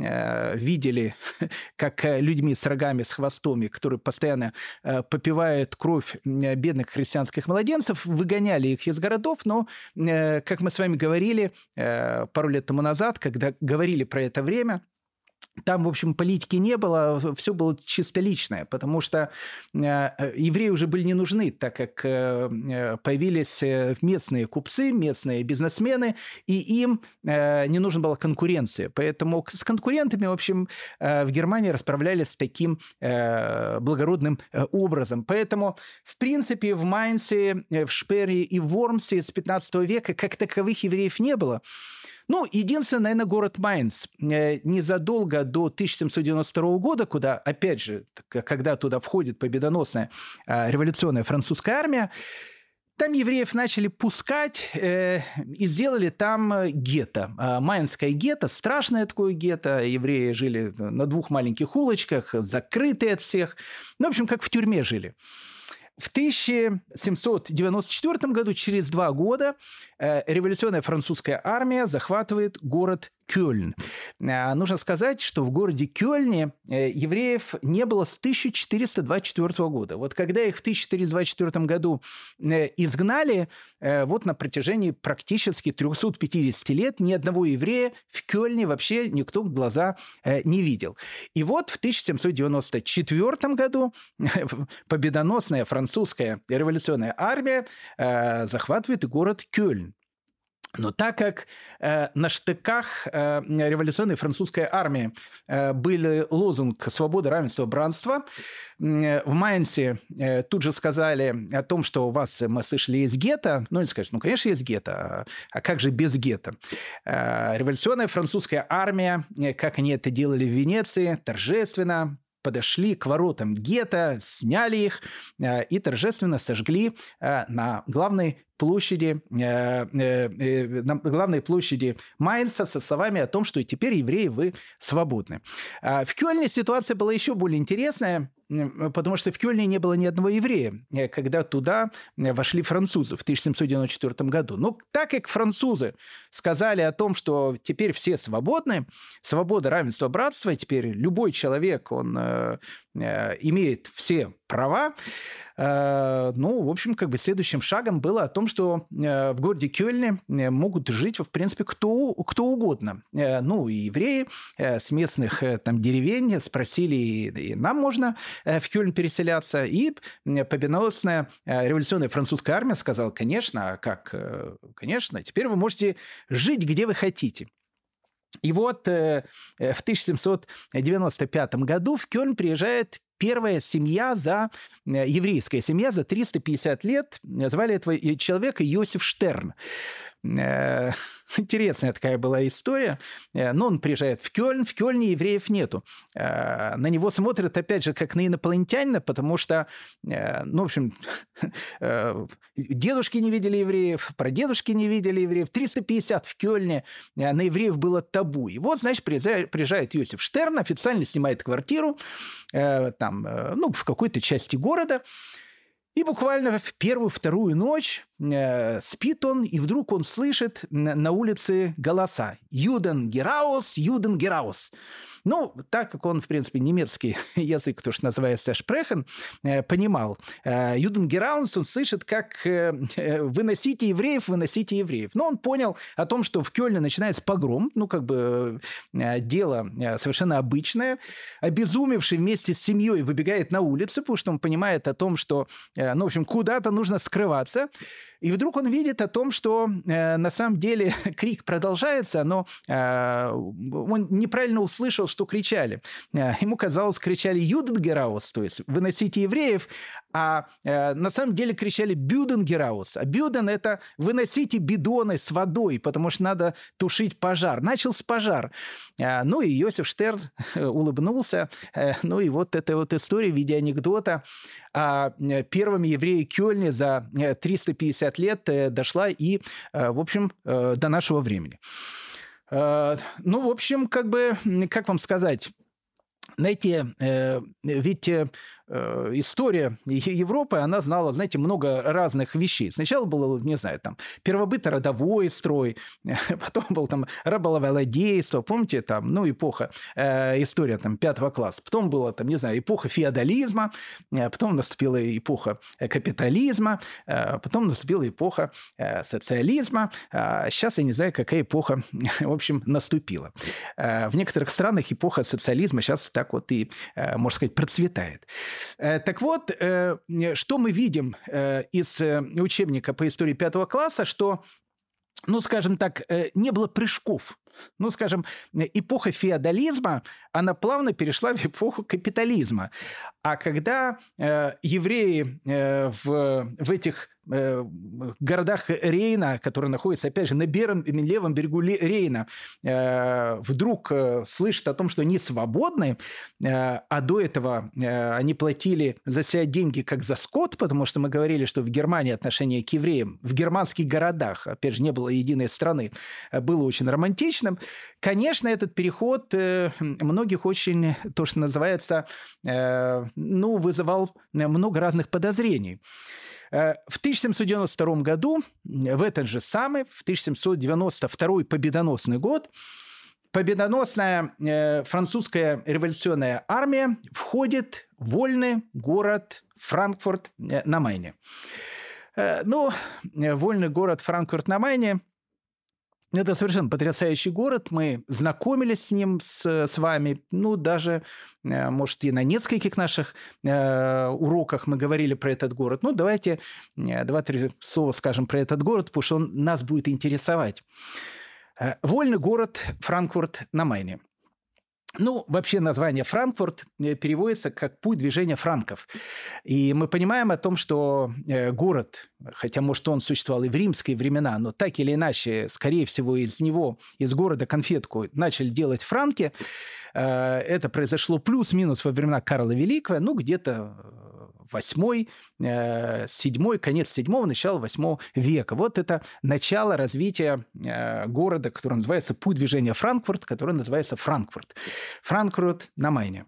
видели как людьми с рогами, с хвостами, которые постоянно попивают кровь бедных христианских младенцев, выгоняли их из городов, но, как мы с вами говорили пару лет тому назад, когда говорили про это время, там, в общем, политики не было, все было чисто личное, потому что евреи уже были не нужны, так как появились местные купцы, местные бизнесмены, и им не нужна была конкуренция. Поэтому с конкурентами, в общем, в Германии расправлялись таким благородным образом. Поэтому, в принципе, в Майнце, в Шпере и в Вормсе с пятнадцатого века как таковых евреев не было. Ну, единственное, наверное, город Майнц. Незадолго до тысяча семьсот девяносто второго года, куда, опять же, когда туда входит победоносная революционная французская армия, там евреев начали пускать э, и сделали там гетто. Майнское гетто, страшное такое гетто. Евреи жили на двух маленьких улочках, закрытые от всех. Ну, в общем, как в тюрьме жили. В тысяча семьсот девяносто четвёртом году, через два года, революционная французская армия захватывает город Кёльн. Нужно сказать, что в городе Кёльне евреев не было с тысяча четыреста двадцать четвёртого года. Вот когда их в тысяча четыреста двадцать четвёртом году изгнали, вот на протяжении практически трехсот пятидесяти лет ни одного еврея в Кёльне вообще никто в глаза не видел. И вот в тысяча семьсот девяносто четвёртом году победоносная французская революционная армия захватывает город Кёльн. Но так как э, на штыках э, революционной французской армии э, был лозунг «Свобода, равенство, братство», э, в Майнце э, тут же сказали о том, что у вас, мы слышали, есть гетто. Ну, они скажут, ну, конечно, есть гетто, а, а как же без гетто? Э, революционная французская армия, э, как они это делали в Венеции, торжественно подошли к воротам гетто, сняли их э, и торжественно сожгли э, на главной площади, э, э, на главной площади Майнца со словами о том, что теперь евреи вы свободны. А в Кёльне ситуация была еще более интересная, потому что в Кёльне не было ни одного еврея, когда туда вошли французы в тысяча семьсот девяносто четвёртом году. Но так как французы сказали о том, что теперь все свободны, свобода, равенство, братство, и теперь любой человек, он э, э, имеет все права, ну, в общем, как бы следующим шагом было о том, что в городе Кёльне могут жить, в принципе, кто, кто угодно. Ну, и евреи с местных там деревень спросили, и нам можно в Кёльн переселяться. И победоносная революционная французская армия сказала, конечно, а как? Конечно, теперь вы можете жить, где вы хотите. И вот э, в тысяча семьсот девяносто пятом году в Кёльн приезжает первая семья, за, еврейская семья за триста пятьдесят лет. Звали этого человека Йосиф Штерн. Интересная такая была история. Но он приезжает в Кёльн, в Кёльне евреев нету. На него смотрят, опять же, как на инопланетянина, потому что, ну, в общем, дедушки не видели евреев, прадедушки не видели евреев. триста пятьдесят в Кёльне на евреев было табу. И вот, значит, приезжает Йосиф Штерн, официально снимает квартиру там, ну, в какой-то части города. И буквально в первую-вторую ночь э, спит он, и вдруг он слышит на, на улице голоса. «Юден Гераус, Юден Гераус». Ну, так как он, в принципе, немецкий язык, то, что называется «шпрехен», э, понимал. Э, «Юден Гераус» он слышит, как э, «выносите евреев, выносите евреев». Но он понял о том, что в Кёльне начинается погром, ну, как бы э, дело э, совершенно обычное. Обезумевший вместе с семьей выбегает на улицу, потому что он понимает о том, что ну, в общем, куда-то нужно скрываться. И вдруг он видит о том, что э, на самом деле крик продолжается, но э, он неправильно услышал, что кричали. Э, ему казалось, кричали «Юден Гераус», то есть «выносите евреев», а э, на самом деле кричали «Бюден Гераус». А «бюден» — это «выносите бидоны с водой», потому что надо тушить пожар. Начался пожар. Э, ну и Йосиф Штерн улыбнулся. Э, ну и вот эта вот история в виде анекдота о первом еврее Кёльне за триста пятьдесят лет дошла и, в общем, до нашего времени. Ну, в общем, как бы, как вам сказать, знаете, ведь э, история Европы, она знала, знаете, много разных вещей. Сначала было, не знаю, там, первобытно-родовой строй, потом был там рабовладейство, помните, там, ну, эпоха, э, история там пятого класса. Потом была, там, не знаю, эпоха феодализма, э, потом наступила эпоха капитализма, э, потом наступила эпоха э, социализма. Э, сейчас я не знаю, какая эпоха, в общем, наступила. Э, в некоторых странах эпоха социализма сейчас так вот и, э, можно сказать, процветает. Э, так вот, э, что мы видим э, из э, учебника по истории пятого класса, что, ну, скажем так, э, не было прыжков. Ну, скажем, эпоха феодализма, она плавно перешла в эпоху капитализма. А когда э, евреи э, в, в этих э, городах Рейна, которые находятся, опять же, на берем, левом берегу Рейна, э, вдруг э, слышат о том, что они свободны, э, а до этого э, они платили за себя деньги как за скот, потому что мы говорили, что в Германии отношение к евреям, в германских городах, опять же, не было единой страны, было очень романтично. Конечно, этот переход э, многих очень, то, что называется, э, ну, вызывал много разных подозрений. Э, в тысяча семьсот девяносто втором году, в этот же самый, в тысяча семьсот девяносто второй победоносный год, победоносная э, французская революционная армия входит в вольный город Франкфурт э, на Майне. Э, ну, вольный город Франкфурт на Майне – это совершенно потрясающий город. Мы знакомились с ним, с, с вами. Ну, даже, может, и на нескольких наших э, уроках мы говорили про этот город. Ну, давайте два-три слова скажем про этот город, потому что он нас будет интересовать. Вольный город Франкфурт на Майне. Ну, вообще название Франкфурт переводится как «путь движения франков». И мы понимаем о том, что город, хотя, может, он существовал и в римские времена, но так или иначе, скорее всего, из него, из города конфетку начали делать франки. Это произошло плюс-минус во времена Карла Великого, ну, где-то восьмой, седьмой, конец седьмого, начало восьмого века. Вот это начало развития города, который называется «Путь движения Франкфурт», который называется Франкфурт. Франкфурт на Майне.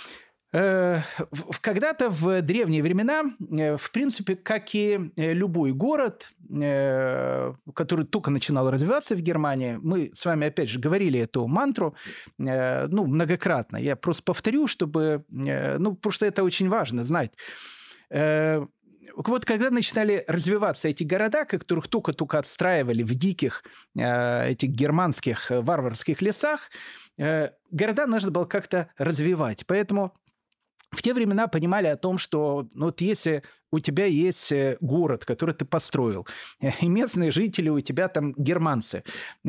Когда-то в древние времена, в принципе, как и любой город, который только начинал развиваться в Германии, мы с вами, опять же, говорили эту мантру, ну, многократно. Я просто повторю, чтобы, ну, потому что это очень важно знать. Вот когда начинали развиваться эти города, которых только-только отстраивали в диких этих германских варварских лесах, города нужно было как-то развивать. Поэтому в те времена понимали о том, что ну, вот если у тебя есть город, который ты построил, и местные жители у тебя там германцы,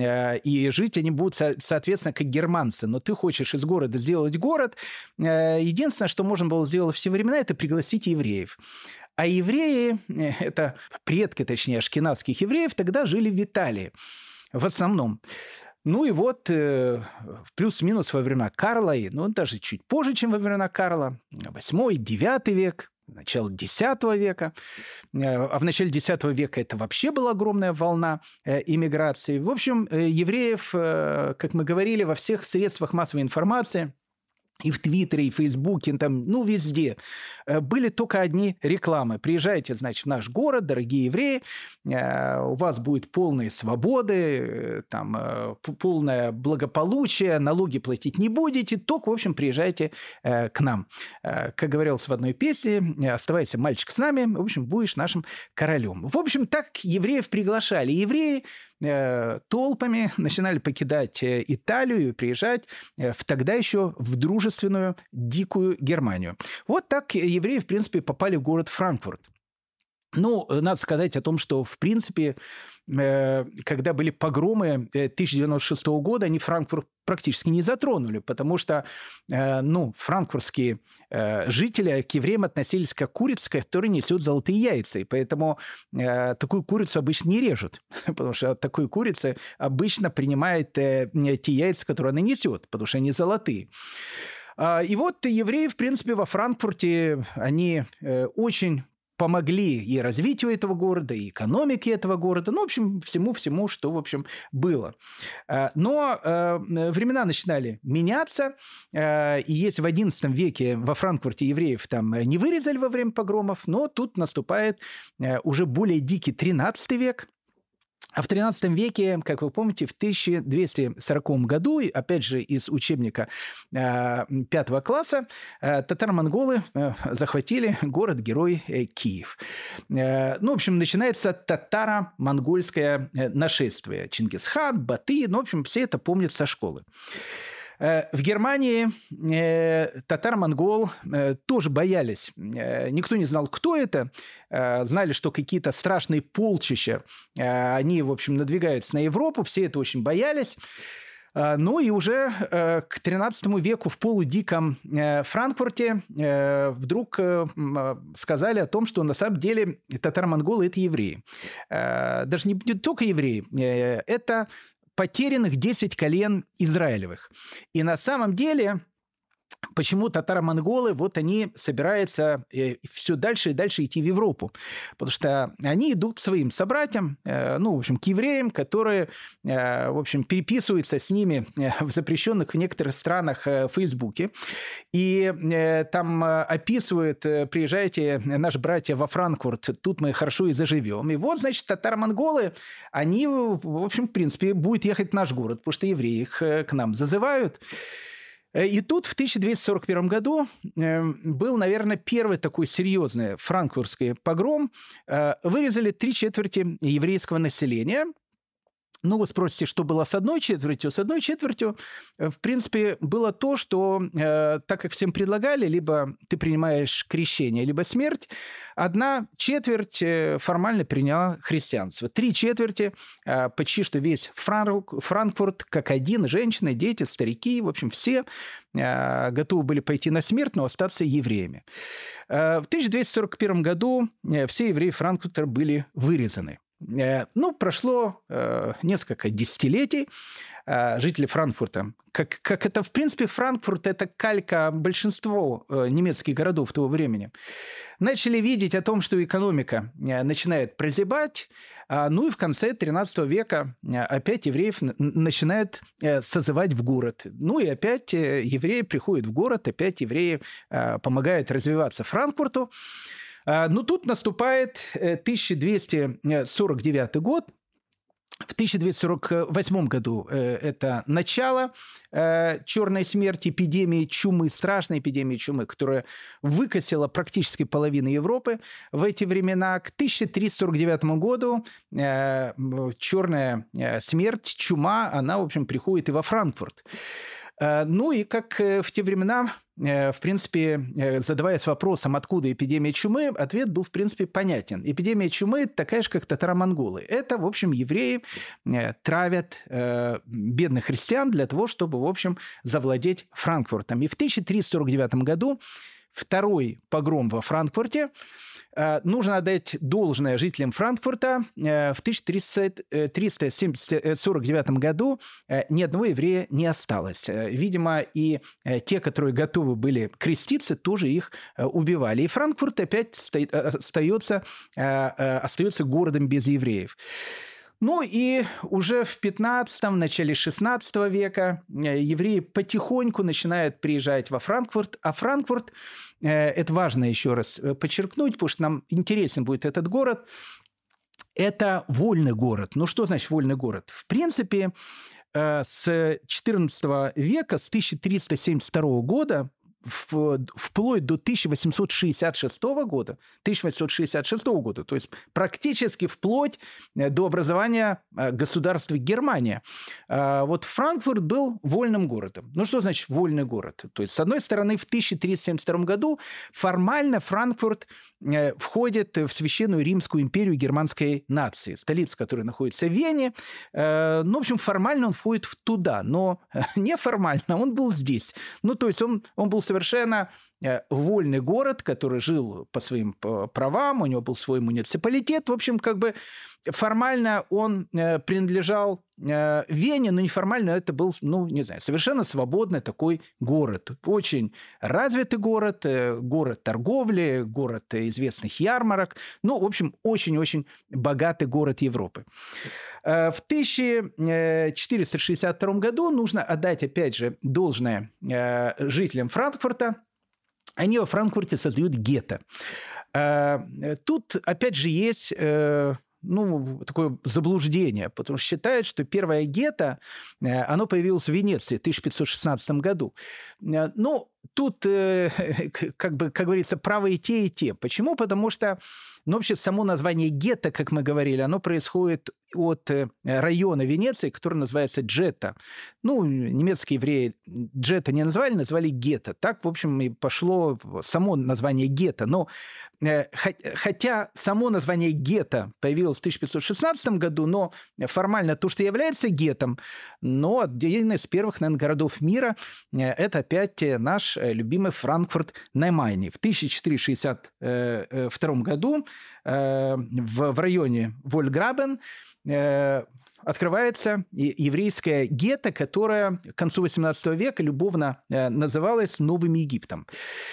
и жить они будут, соответственно, как германцы, но ты хочешь из города сделать город, единственное, что можно было сделать в те времена, это пригласить евреев. А евреи, это предки, точнее, ашкеназских евреев, тогда жили в Италии в основном. Ну и вот э, плюс-минус во времена Карла, ну даже чуть позже, чем во времена Карла, восьмой, девятый век, начало десятого века. А в начале десятого века это вообще была огромная волна э, иммиграции. В общем, э, евреев, э, как мы говорили, во всех средствах массовой информации, и в Твиттере, и в Фейсбуке, там, ну, везде были только одни рекламы. Приезжайте, значит, в наш город, дорогие евреи, у вас будет полные свободы, там, полное благополучие, налоги платить не будете, только, в общем, приезжайте к нам. Как говорилось в одной песне, оставайся, мальчик, с нами, в общем, будешь нашим королем. В общем, так евреев приглашали. Евреи толпами начинали покидать Италию и приезжать в тогда еще в дружественную дикую Германию. Вот так евреи, в принципе, попали в город Франкфурт. Ну, надо сказать о том, что, в принципе, когда были погромы тысяча девятьсот девяносто шестого года, они Франкфурт практически не затронули, потому что, ну, франкфуртские жители к евреям относились как к курице, которая несет золотые яйца, и поэтому такую курицу обычно не режут, потому что от такой курицы обычно принимает те яйца, которые она несет, потому что они золотые. И вот евреи, в принципе, во Франкфурте, они очень помогли и развитию этого города, и экономике этого города, ну, в общем, всему-всему, что, в общем, было. Но времена начинали меняться, и если в одиннадцатом веке во Франкфурте евреев там не вырезали во время погромов, но тут наступает уже более дикий тринадцатый век. А в тринадцатом веке, как вы помните, в тысяча двести сороковом году, опять же из учебника э, пятого класса, э, татаро-монголы э, захватили город-герой э, Киев. Э, ну, в общем, начинается татаро-монгольское нашествие. Чингисхан, Батый, ну, в общем, все это помнят со школы. В Германии э, татаро-монгол э, тоже боялись. Э, никто не знал, кто это. Э, знали, что какие-то страшные полчища, э, они, в общем, надвигаются на Европу. Все это очень боялись. Э, ну и уже э, к тринадцатому веку в полудиком э, Франкфурте э, вдруг э, сказали о том, что на самом деле татаро-монголы – это евреи. Э, даже не, не только евреи. Э, это потерянных десять колен Израилевых. И на самом деле, почему татаро-монголы, вот они собираются все дальше и дальше идти в Европу. Потому что они идут к своим собратьям, ну, в общем, к евреям, которые, в общем, переписываются с ними в запрещенных в некоторых странах Фейсбуке. И там описывают: приезжайте, наши братья, во Франкфурт, тут мы хорошо и заживем. И вот, значит, татаро-монголы, они, в общем, в принципе, будут ехать в наш город, потому что евреи их к нам зазывают. И тут в тысяча двести сорок первом году был, наверное, первый такой серьезный франкфуртский погром. Вырезали три четверти еврейского населения. Ну, вы спросите, что было с одной четвертью? С одной четвертью, в принципе, было то, что, э, так как всем предлагали, либо ты принимаешь крещение, либо смерть, одна четверть э, формально приняла христианство. Три четверти, э, почти что весь Франк, Франкфурт, как один, женщины, дети, старики, в общем, все э, готовы были пойти на смерть, но остаться евреями. Э, в тысяча двести сорок первом году э, все евреи Франкфурта были вырезаны. Ну, прошло э, несколько десятилетий. Э, жители Франкфурта, как, как это, в принципе, Франкфурт – это калька большинства э, немецких городов того времени, начали видеть о том, что экономика э, начинает прозябать. Э, ну и в конце тринадцатого века э, опять евреев н- начинают э, созывать в город. Ну и опять э, евреи приходят в город, опять евреи э, помогают развиваться Франкфурту. Но тут наступает тысяча двести сорок девятый год. В тысяча двести сорок восьмом году это начало черной смерти, эпидемии чумы, страшной эпидемии чумы, которая выкосила практически половину Европы в эти времена. К тысяча триста сорок девятому году черная смерть, чума, она, в общем, приходит и во Франкфурт. Ну и как в те времена, в принципе, задаваясь вопросом, откуда эпидемия чумы, ответ был, в принципе, понятен. Эпидемия чумы такая же, как татаро-монголы. Это, в общем, евреи травят бедных христиан для того, чтобы, в общем, завладеть Франкфуртом. И в тысяча триста сорок девятом году второй погром во Франкфурте. Нужно отдать должное жителям Франкфурта. В тысяча триста сорок девятом году ни одного еврея не осталось. Видимо, и те, которые готовы были креститься, тоже их убивали. И Франкфурт опять остается, остается городом без евреев. Ну и уже в пятнадцатом, начале шестнадцатого века евреи потихоньку начинают приезжать во Франкфурт. А Франкфурт, это важно еще раз подчеркнуть, потому что нам интересен будет этот город, это вольный город. Ну что значит вольный город? В принципе, с четырнадцатого века, с тысяча триста семьдесят второго года, вплоть до тысяча восемьсот шестьдесят шестого года, тысяча восемьсот шестьдесят шестого года, то есть практически вплоть до образования государства Германия. Вот Франкфурт был вольным городом. Ну, что значит вольный город? То есть, с одной стороны, в тысяча триста семьдесят втором году формально Франкфурт входит в Священную Римскую империю германской нации, столица, которая находится в Вене. Ну, в общем, формально он входит туда, но неформально он был здесь. Ну, то есть он, он был совершенно вольный город, который жил по своим правам, у него был свой муниципалитет. В общем, как бы формально он принадлежал Вене, но неформально это был, ну, не знаю, совершенно свободный такой город. Очень развитый город, город торговли, город известных ярмарок. Ну, в общем, очень-очень богатый город Европы. В тысяча четыреста шестьдесят втором году нужно отдать, опять же, должное жителям Франкфурта. Они во Франкфурте создают гетто. Тут, опять же, есть... ну, такое заблуждение, потому что считают, что первое гетто, оно появилось в Венеции в тысяча пятьсот шестнадцатом году. Ну, тут, как бы, как говорится, правы и те, и те. Почему? Потому что, ну, вообще, само название гетто, как мы говорили, оно происходит от района Венеции, который называется Джетта. Ну, немецкие евреи Джетта не назвали, назвали гетто. Так, в общем, и пошло само название гетто. Но хотя само название гетто появилось в тысяча пятьсот шестнадцатом году, но формально то, что является геттом, но один из первых, наверное, городов мира, это опять наш любимый Франкфурт на Майне. В тысяча четыреста шестьдесят втором году в районе Вольграбен открывается еврейское гетто, которое к концу восемнадцатого века любовно называлось Новым Египтом.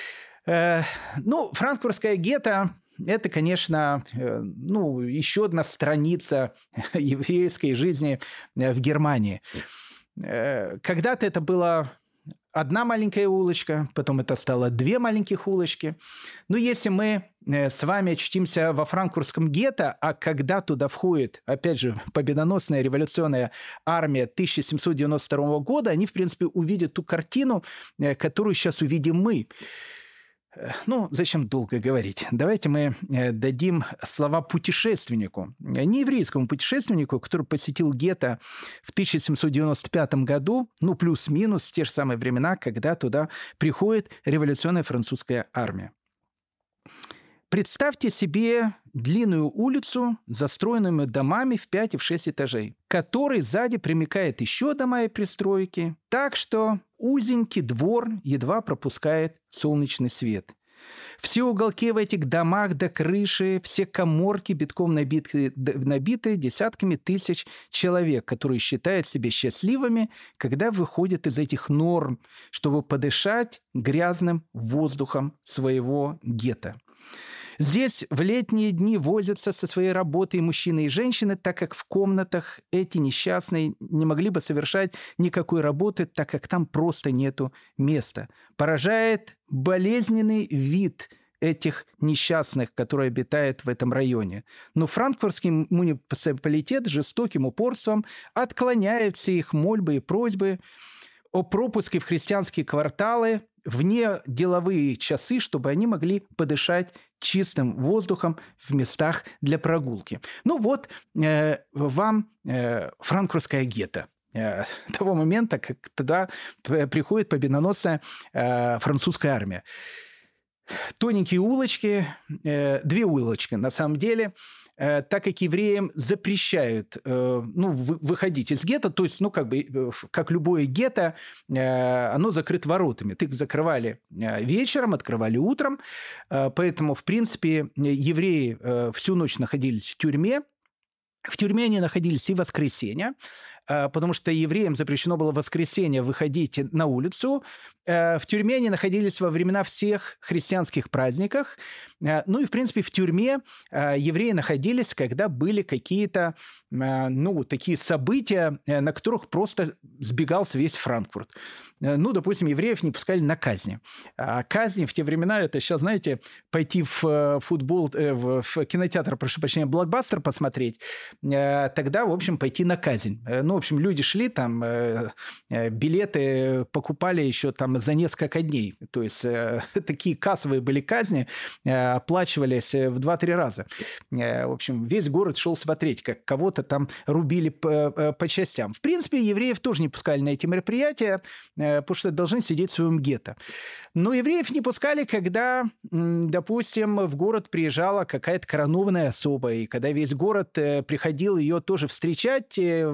Ну, франкфуртское гетто – это, конечно, ну, еще одна страница еврейской жизни в Германии. Когда-то это была одна маленькая улочка, потом это стало две маленьких улочки. Но если мы с вами очутимся во франкфуртском гетто, а когда туда входит, опять же, победоносная революционная армия тысяча семьсот девяносто второго года, они, в принципе, увидят ту картину, которую сейчас увидим мы. Ну, зачем долго говорить? Давайте мы дадим слова путешественнику, не еврейскому путешественнику, который посетил гетто в тысяча семьсот девяносто пятом году, ну, плюс-минус, в те же самые времена, когда туда приходит революционная французская армия. Представьте себе длинную улицу, застроенную домами в пять и в шесть этажей, к которой сзади примыкает еще дома и пристройки, так что узенький двор едва пропускает солнечный свет. Все уголки в этих домах до крыши, все каморки битком набиты, набиты десятками тысяч человек, которые считают себя счастливыми, когда выходят из этих норм, чтобы подышать грязным воздухом своего гетто. Здесь в летние дни возятся со своей работой мужчины и женщины, так как в комнатах эти несчастные не могли бы совершать никакой работы, так как там просто нету места. Поражает болезненный вид этих несчастных, которые обитают в этом районе. Но франкфуртский муниципалитет жестоким упорством отклоняет все их мольбы и просьбы о пропуске в христианские кварталы вне деловые часы, чтобы они могли подышать чистым воздухом в местах для прогулки. Ну вот э, вам э, франкфуртское гетто э, того момента, как туда приходит победоносная э, французская армия. Тоненькие улочки, э, две улочки на самом деле, э, так как евреям запрещают э, ну, вы, выходить из гетто, то есть, ну, как бы, э, как любое гетто, э, оно закрыто воротами. Их закрывали э, вечером, открывали утром, э, поэтому, в принципе, евреи э, всю ночь находились в тюрьме. В тюрьме они находились и в воскресенье, потому что евреям запрещено было в воскресенье выходить на улицу. В тюрьме они находились во времена всех христианских праздников. Ну и, в принципе, в тюрьме евреи находились, когда были какие-то, ну, такие события, на которых просто сбегался весь Франкфурт. Ну, допустим, евреев не пускали на казни. А казни в те времена, это сейчас, знаете, пойти в футбол, в кинотеатр, прошу прощения, блокбастер посмотреть, тогда, в общем, пойти на казнь. Ну, в общем, люди шли там, билеты покупали еще там за несколько дней. То есть такие кассовые были казни, оплачивались в два-три раза. В общем, весь город шел смотреть, как кого-то там рубили по, по частям. В принципе, евреев тоже не пускали на эти мероприятия, потому что должны сидеть в своем гетто. Но евреев не пускали, когда, допустим, в город приезжала какая-то коронованная особа, и когда весь город приходил ее тоже встречать, в этот момент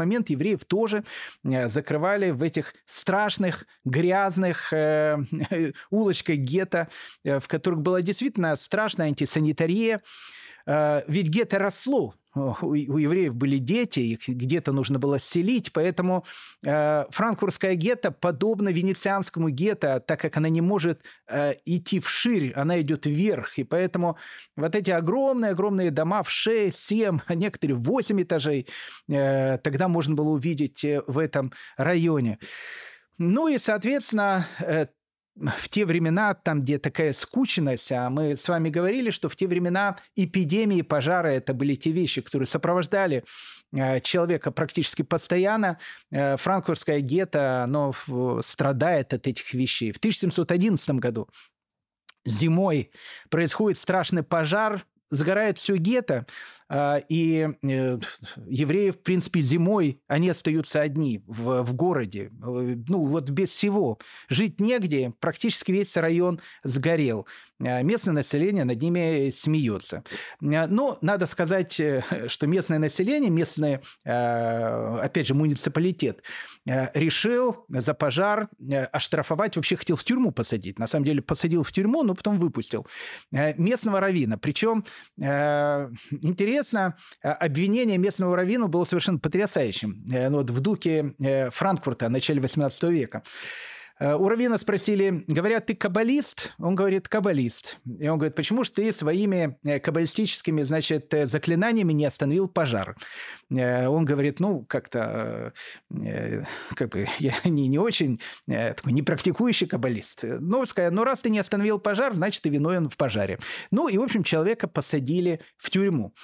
момент евреев тоже закрывали в этих страшных, грязных э, улочках гетто, в которых была действительно страшная антисанитария. Э, ведь гетто росло. У евреев были дети, их где-то нужно было селить, поэтому э, франкфуртское гетто подобно венецианскому гетто, так как она не может э, идти вширь, она идет вверх, и поэтому вот эти огромные-огромные дома в шесть, семь, а некоторые восемь этажей э, тогда можно было увидеть в этом районе. Ну и, соответственно, э, в те времена, там, где такая скученность, а мы с вами говорили, что в те времена эпидемии, пожары – это были те вещи, которые сопровождали э, человека практически постоянно. Э, франкфуртское гетто, оно страдает от этих вещей. В тысяча семьсот одиннадцатом году зимой происходит страшный пожар, сгорает все гетто, и евреи, в принципе, зимой, они остаются одни в, в городе, ну вот без всего. Жить негде, практически весь район сгорел. Местное население над ними смеется. Но надо сказать, что местное население, местный, опять же, муниципалитет решил за пожар оштрафовать, вообще хотел в тюрьму посадить. На самом деле посадил в тюрьму, но потом выпустил местного раввина. Причем интересно, обвинение местного раввина было совершенно потрясающим. Вот в духе Франкфурта в начале восемнадцатого века. У раввина спросили, говорят, ты каббалист? Он говорит, каббалист. И он говорит, почему же ты своими каббалистическими, значит, заклинаниями не остановил пожар? Он говорит, ну, как-то, как бы, я не, не очень такой непрактикующий каббалист. Ну, сказать, ну, раз ты не остановил пожар, значит, ты виновен в пожаре. Ну, и, в общем, человека посадили в тюрьму.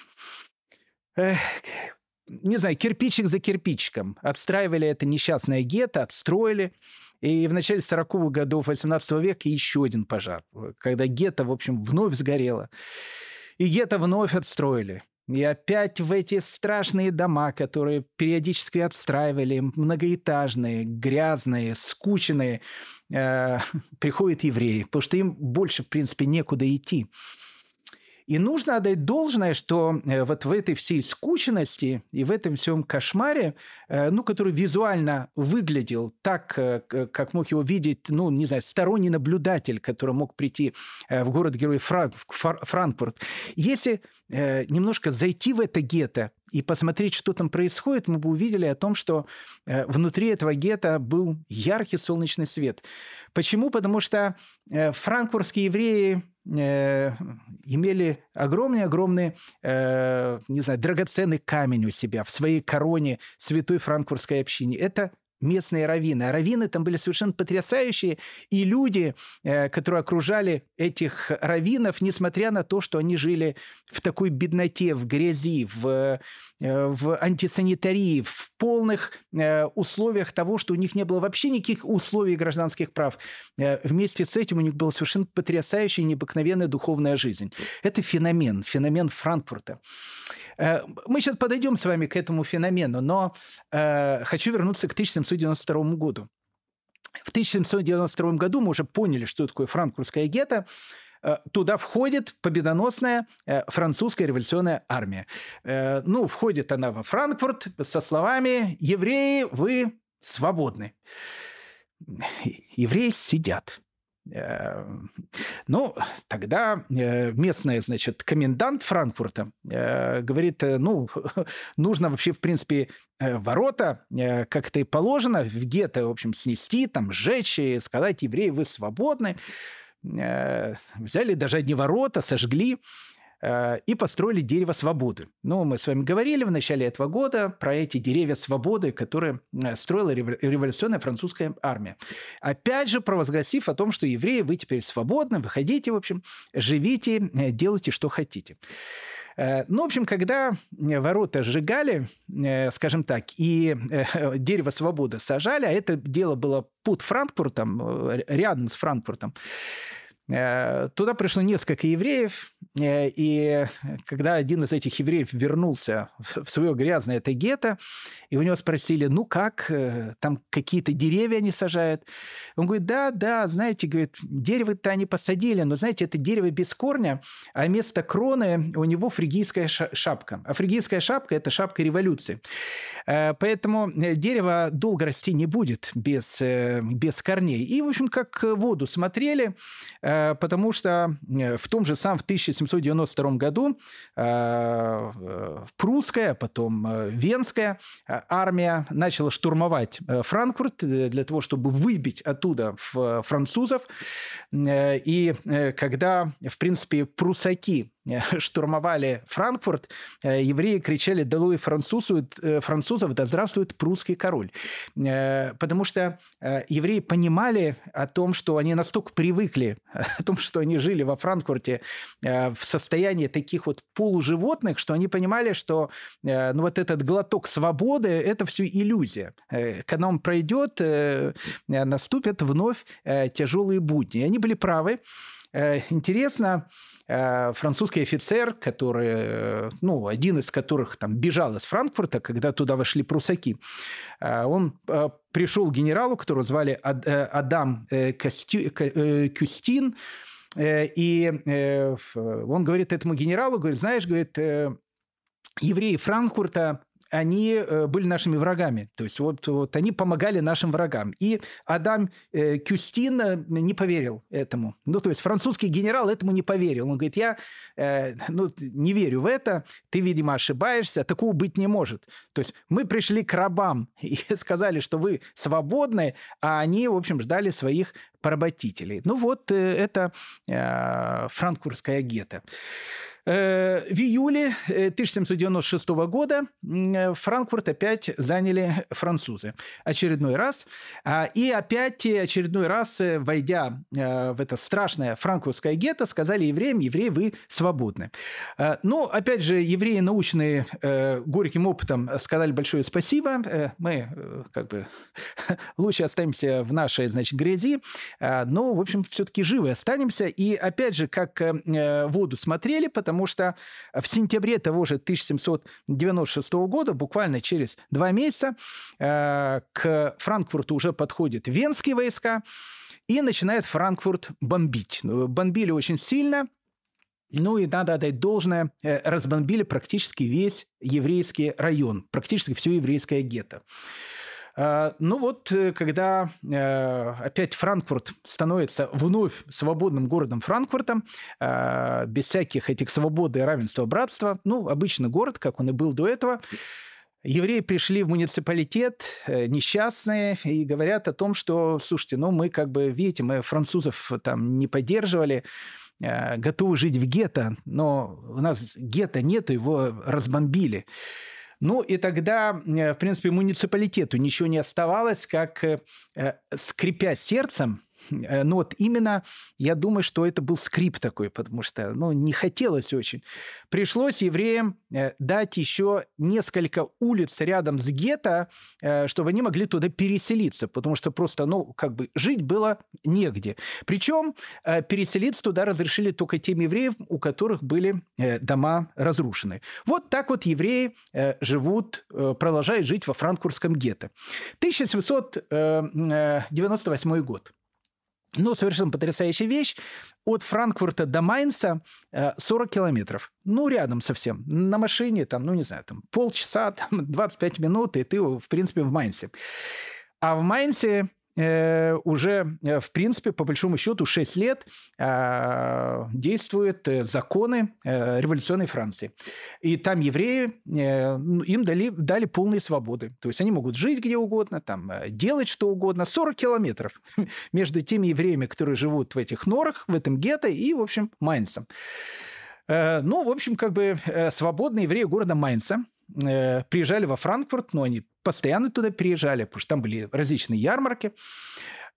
Не знаю, кирпичик за кирпичиком. Отстраивали это несчастное гетто, отстроили. И в начале сороковых годов восемнадцатого века еще один пожар, когда гетто, в общем, вновь сгорело. И гетто вновь отстроили. И опять в эти страшные дома, которые периодически отстраивали, многоэтажные, грязные, скученные, э, приходят евреи, потому что им больше, в принципе, некуда идти. И нужно отдать должное, что вот в этой всей скученности и в этом всем кошмаре, ну, который визуально выглядел так, как мог его видеть, ну, не знаю, сторонний наблюдатель, который мог прийти в город-герой Франкфурт. Если немножко зайти в это гетто и посмотреть, что там происходит, мы бы увидели о том, что внутри этого гетто был яркий солнечный свет. Почему? Потому что франкфуртские евреи имели огромный-огромный, э, не знаю, драгоценный камень у себя в своей короне святой франкфуртской общине. Это местные раввины. А раввины там были совершенно потрясающие. И люди, э, которые окружали этих раввинов, несмотря на то, что они жили в такой бедноте, в грязи, в, э, в антисанитарии, в полных э, условиях того, что у них не было вообще никаких условий гражданских прав. Э, вместе с этим у них была совершенно потрясающая, необыкновенная духовная жизнь. Это феномен, феномен Франкфурта. Э, мы сейчас подойдем с вами к этому феномену, но э, хочу вернуться к тысяча семьсот девяносто второму году. В тысяча семьсот девяносто втором году мы уже поняли, что такое франкфуртское гетто. Туда входит победоносная французская революционная армия. Ну, входит она во Франкфурт со словами «Евреи, вы свободны». Евреи сидят. Ну, тогда местный, значит, комендант Франкфурта говорит, ну, нужно вообще, в принципе, ворота, как это и положено, в гетто, в общем, снести, там, сжечь и сказать, евреи, вы свободны. Взяли даже одни ворота, сожгли и построили дерево свободы. Ну, мы с вами говорили в начале этого года про эти деревья свободы, которые строила революционная французская армия. Опять же, провозгласив о том, что евреи, вы теперь свободны, выходите, в общем, живите, делайте, что хотите. Ну, в общем, когда ворота сжигали, скажем так, и дерево свободы сажали, а это дело было под Франкфуртом, рядом с Франкфуртом, Туда пришло несколько евреев, и когда один из этих евреев вернулся в свое грязное это гетто, и у него спросили, ну как, там какие-то деревья они сажают? Он говорит, да, да, знаете, говорит, дерево-то они посадили, но, знаете, это дерево без корня, а вместо кроны у него фригийская шапка. А фригийская шапка – это шапка революции. Поэтому дерево долго расти не будет без, без корней. И, в общем, как в воду смотрели, потому что в том же самом в тысяча семьсот девяносто втором году прусская, потом венская армия начала штурмовать Франкфурт для того, чтобы выбить оттуда французов. И когда, в принципе, прусаки штурмовали Франкфурт, евреи кричали «Долой французов, французов, да здравствует прусский король». Потому что евреи понимали о том, что они настолько привыкли, о том, что они жили во Франкфурте в состоянии таких вот полуживотных, что они понимали, что ну, вот этот глоток свободы – это все иллюзия. Когда он пройдет, наступят вновь тяжелые будни. И они были правы. Интересно, французский офицер, который, ну, один из которых там бежал из Франкфурта, когда туда вошли прусаки, он пришел к генералу, которого звали Адам Кюстин, и он говорит этому генералу, говорит, знаешь, говорит, евреи Франкфурта, они были нашими врагами. То есть вот, вот они помогали нашим врагам. И Адам э, Кюстин не поверил этому. Ну, то есть французский генерал этому не поверил. Он говорит, я э, ну, не верю в это, ты, видимо, ошибаешься, такого быть не может. То есть мы пришли к рабам и сказали, что вы свободны, а они, в общем, ждали своих поработителей. Ну вот э, это э, франкфуртское гетто. В июле тысяча семьсот девяносто шестого года Франкфурт опять заняли французы. Очередной раз. И опять очередной раз, войдя в это страшное франкфуртское гетто, сказали евреям, евреи, вы свободны. Но, опять же, евреи, наученные горьким опытом, сказали большое спасибо. Мы как бы лучше останемся в нашей, значит, грязи, но, в общем, все-таки живы останемся. И, опять же, как в воду смотрели, потому что в сентябре того же тысяча семьсот девяносто шестого года, буквально через два месяца, к Франкфурту уже подходят венские войска и начинает Франкфурт бомбить. Бомбили очень сильно. Ну и надо отдать должное, разбомбили практически весь еврейский район, практически все еврейское гетто. Ну вот, когда опять Франкфурт становится вновь свободным городом Франкфуртом, без всяких этих свободы, равенства, братства, ну, обычный город, как он и был до этого, евреи пришли в муниципалитет, несчастные, и говорят о том, что, слушайте, ну, мы как бы, видите, мы французов там не поддерживали, готовы жить в гетто, но у нас гетто нет, его разбомбили. Ну и тогда, в принципе, муниципалитету ничего не оставалось, как, скрипя сердцем, ну вот именно, я думаю, что это был скрип такой, потому что, ну, не хотелось очень. Пришлось евреям дать еще несколько улиц рядом с гетто, чтобы они могли туда переселиться, потому что просто, ну, как бы жить было негде. Причем переселиться туда разрешили только тем евреям, у которых были дома разрушены. Вот так вот евреи живут, продолжают жить во франкфуртском гетто. тысяча семьсот девяносто восьмой год. Ну, совершенно потрясающая вещь. От Франкфурта до Майнца сорок километров. Ну, рядом совсем. На машине, там, ну, не знаю, там, полчаса, там, двадцать пять минут, и ты, в принципе, в Майнце. А в Майнце э, уже, в принципе, по большому счету, шесть лет э, действуют законы э, революционной Франции. И там евреи, э, им дали, дали полные свободы. То есть они могут жить где угодно, там, делать что угодно. сорок километров между теми евреями, которые живут в этих норах, в этом гетто, и, в общем, Майнцем. Э, ну, в общем, как бы э, свободные евреи города Майнца э, приезжали во Франкфурт, но они постоянно туда приезжали, потому что там были различные ярмарки.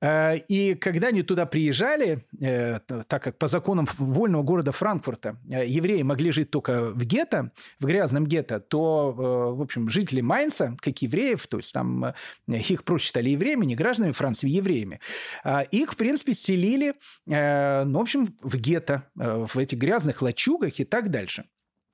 И когда они туда приезжали, так как по законам вольного города Франкфурта евреи могли жить только в гетто, в грязном гетто, то, в общем, жители Майнца, как евреев, то есть там их просто считали евреями, не гражданами Франции, евреями, их, в принципе, селили, ну, в общем, в гетто, в этих грязных лачугах и так дальше.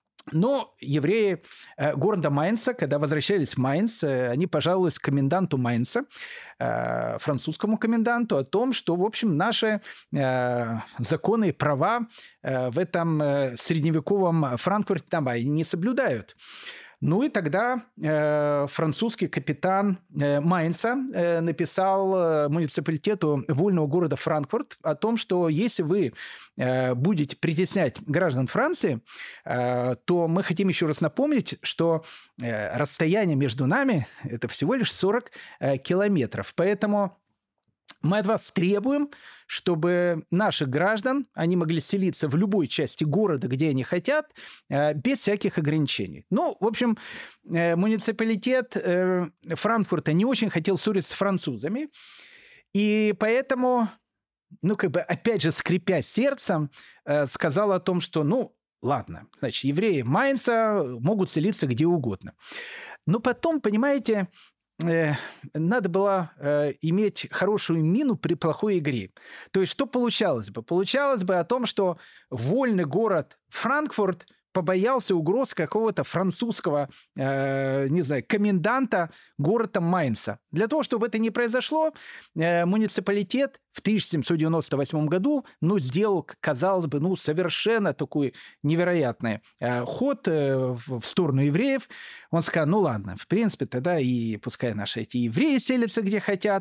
Но евреи города Майнца, когда возвращались в Майнц, они пожаловались коменданту Майнца, французскому коменданту, о том, что, в общем, наши законы и права в этом средневековом Франкфурте там не соблюдают. Ну и тогда э, французский капитан э, Майнца э, написал э, муниципалитету вольного города Франкфурт о том, что если вы э, будете притеснять граждан Франции, э, то мы хотим еще раз напомнить, что э, расстояние между нами – это всего лишь сорок э, километров. Поэтому мы от вас требуем, чтобы наших граждан, они могли селиться в любой части города, где они хотят, без всяких ограничений. Ну, в общем, муниципалитет Франкфурта не очень хотел ссориться с французами, и поэтому, ну, как бы, опять же, скрипя сердцем, сказал о том, что, ну, ладно, значит, евреи Майнца могут селиться где угодно. Но потом, понимаете, надо было э, иметь хорошую мину при плохой игре. То есть что получалось бы? Получалось бы о том, что вольный город Франкфурт побоялся угроз какого-то французского, э, не знаю, коменданта города Майнца. Для того, чтобы это не произошло, э, муниципалитет в тысяча семьсот девяносто восьмом году, ну, сделал, казалось бы, ну, совершенно такой невероятный э, ход э, в, в сторону евреев. Он сказал, ну, ладно, в принципе, тогда и пускай наши эти евреи селятся, где хотят.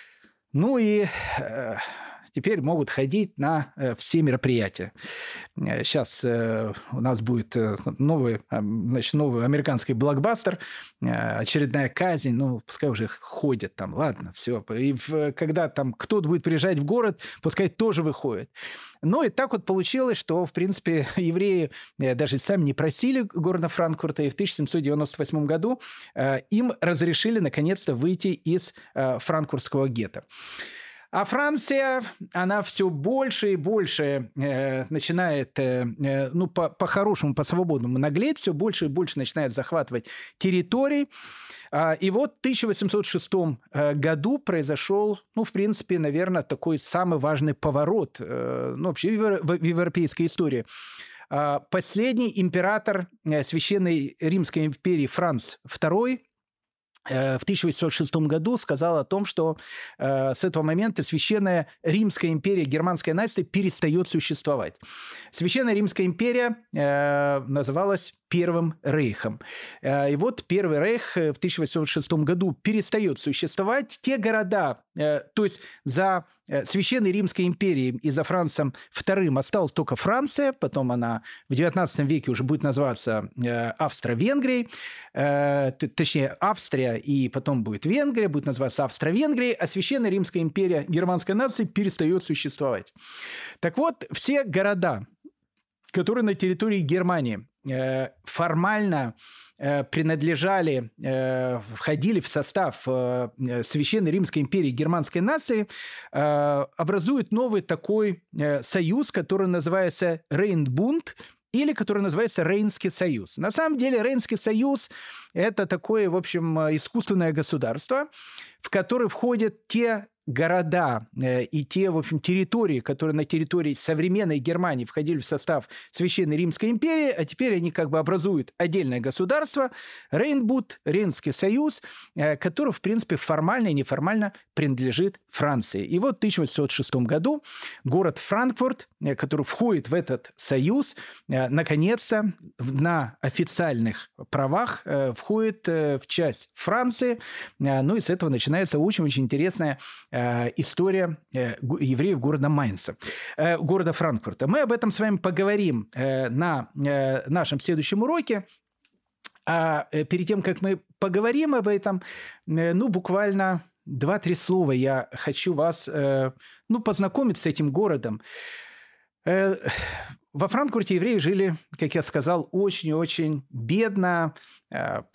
Ну и... Э, теперь могут ходить на э, все мероприятия. Сейчас э, у нас будет э, новый, э, значит, новый американский блокбастер, э, очередная казнь, ну, пускай уже ходят там, ладно, все. И в, когда там кто-то будет приезжать в город, пускай тоже выходит. Ну, и так вот получилось, что, в принципе, евреи э, даже сами не просили города Франкфурта, и в тысяча семьсот девяносто восьмом году э, им разрешили, наконец-то, выйти из э, франкфуртского гетто. А Франция, она все больше и больше э, начинает, э, ну, по- по-хорошему, по-свободному наглеть, все больше и больше начинает захватывать территории. А, и вот в тысяча восемьсот шестом э, году произошел, ну, в принципе, наверное, такой самый важный поворот, э, ну, вообще в, в, в европейской истории. А, последний император э, Священной Римской империи Франц второй в тысяча восемьсот шестом году сказал о том, что э, с этого момента Священная Римская империя, германская нация, перестает существовать. Священная Римская империя э, называлась Первым Рейхом. Э, и вот Первый Рейх в тысяча восемьсот шестом году перестает существовать. Те города, э, то есть за э, Священной Римской империей и за Францем вторым осталась только Франция, потом она в девятнадцатом веке уже будет называться э, Австро-Венгрией, э, точнее Австрия, и потом будет Венгрия, будет называться Австро-Венгрией, а Священная Римская империя, германская нация, перестает существовать. Так вот, все города, которые на территории Германии э, формально э, принадлежали, э, входили в состав э, Священной Римской империи, германской нации, э, образуют новый такой э, союз, который называется Рейнбунд, или который называется Рейнский союз. На самом деле Рейнский союз – это такое, в общем, искусственное государство, в которое входят те города э, и те, в общем, территории, которые на территории современной Германии входили в состав Священной Римской империи, а теперь они как бы образуют отдельное государство, Рейнбунд, Рейнский союз, э, который, в принципе, формально и неформально принадлежит Франции. И вот в тысяча восемьсот шестом году город Франкфурт, э, который входит в этот союз, э, наконец-то на официальных правах э, входит э, в часть Франции. Э, ну и с этого начинается очень-очень интересная история евреев города Майнца, города Франкфурта. Мы об этом с вами поговорим на нашем следующем уроке. А перед тем, как мы поговорим об этом, ну, буквально два-три слова я хочу вас, ну, познакомить с этим городом. Во Франкфурте евреи жили, как я сказал, очень-очень бедно,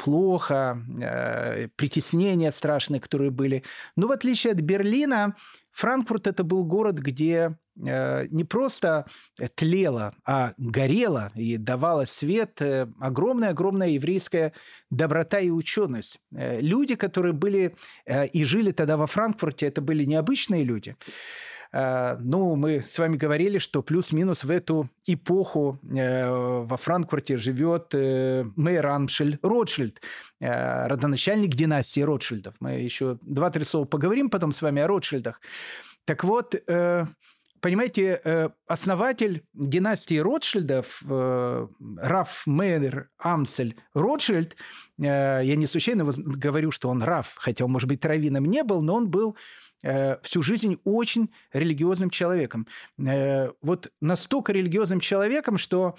плохо, притеснения страшные, которые были. Но в отличие от Берлина, Франкфурт – это был город, где не просто тлела, а горела и давала свет огромная-огромная еврейская доброта и ученость. Люди, которые были и жили тогда во Франкфурте, это были необычные люди. Ну, мы с вами говорили, что плюс-минус в эту эпоху во Франкфурте живет мэр Амшель Ротшильд, родоначальник династии Ротшильдов. Мы еще два-три слова поговорим потом с вами о Ротшильдах. Так вот, понимаете, основатель династии Ротшильдов, Раф Мейер Амшель Ротшильд, я не случайно говорю, что он Раф, хотя он, может быть, раввином не был, но он был всю жизнь очень религиозным человеком. Вот настолько религиозным человеком, что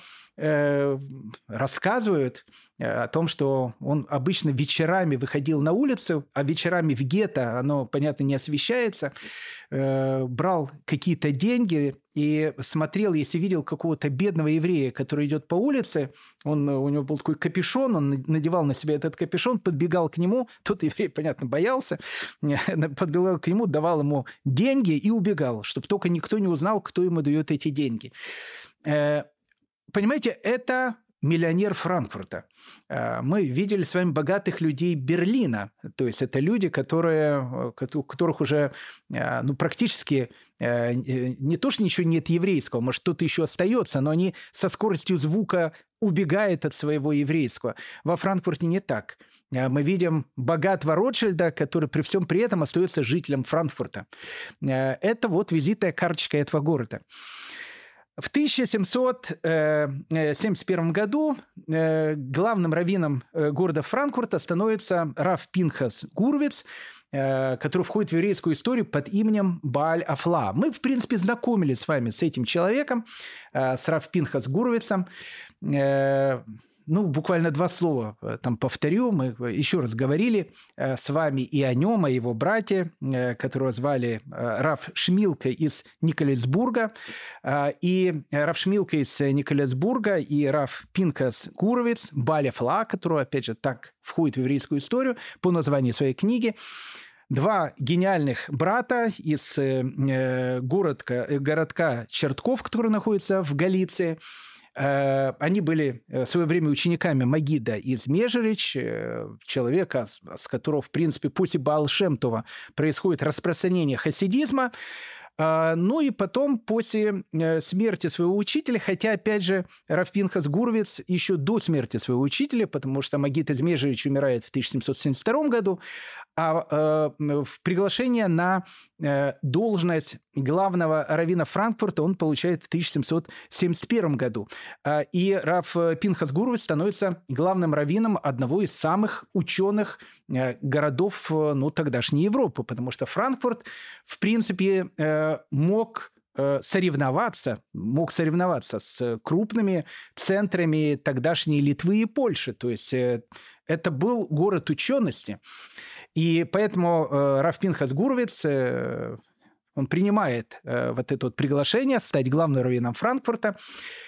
рассказывают о том, что он обычно вечерами выходил на улицу, а вечерами в гетто, оно, понятно, не освещается, брал какие-то деньги и смотрел, если видел какого-то бедного еврея, который идет по улице, он, у него был такой капюшон, он надевал на себя этот капюшон, подбегал к нему, тот еврей, понятно, боялся, подбегал к нему, давал ему деньги и убегал, чтобы только никто не узнал, кто ему дает эти деньги. Понимаете, это миллионер Франкфурта. Мы видели с вами богатых людей Берлина. То есть это люди, которые, у которых уже ну, практически не то, что ничего нет еврейского, может, что-то еще остается, но они со скоростью звука убегают от своего еврейского. Во Франкфурте не так. Мы видим богатого Ротшильда, который при всем при этом остается жителем Франкфурта. Это вот визитная карточка этого города. В тысяча семьсот семьдесят первом году главным раввином города Франкфурта становится Рав Пинхас Гурвиц, который входит в еврейскую историю под именем Бааль-Афла. Мы, в принципе, знакомились с вами с этим человеком, с Рав Пинхас Гурвицем. Ну, буквально два слова там повторю. Мы еще раз говорили с вами и о нем, о его брате, которого звали Рав Шмилка из Николецбурга. И Рав Шмилка из Николецбурга и Рав Пинхас Гурвиц, Бааль-Афла, который, опять же, так входит в еврейскую историю по названию своей книги. Два гениальных брата из городка, городка Чертков, который находится в Галиции. Они были в свое время учениками Магида из Межерич, человека, с которого, в принципе, после Баал Шем Това происходит распространение хасидизма. Ну и потом, после смерти своего учителя, хотя, опять же, Рав Пинхас Гурвиц еще до смерти своего учителя, потому что Магид из Межерич умирает в тысяча семьсот семьдесят втором году, а э, приглашение на э, должность главного раввина Франкфурта он получает в тысяча семьсот семьдесят первом году. А, и Рав Пинхас Гурвиц становится главным раввином одного из самых ученых э, городов ну, тогдашней Европы, потому что Франкфурт, в принципе, э, мог соревноваться, мог соревноваться с крупными центрами тогдашней Литвы и Польши. То есть это был город учености. И поэтому Рав Пинхас Гурвиц, он принимает вот это вот приглашение стать главным раввином Франкфурта.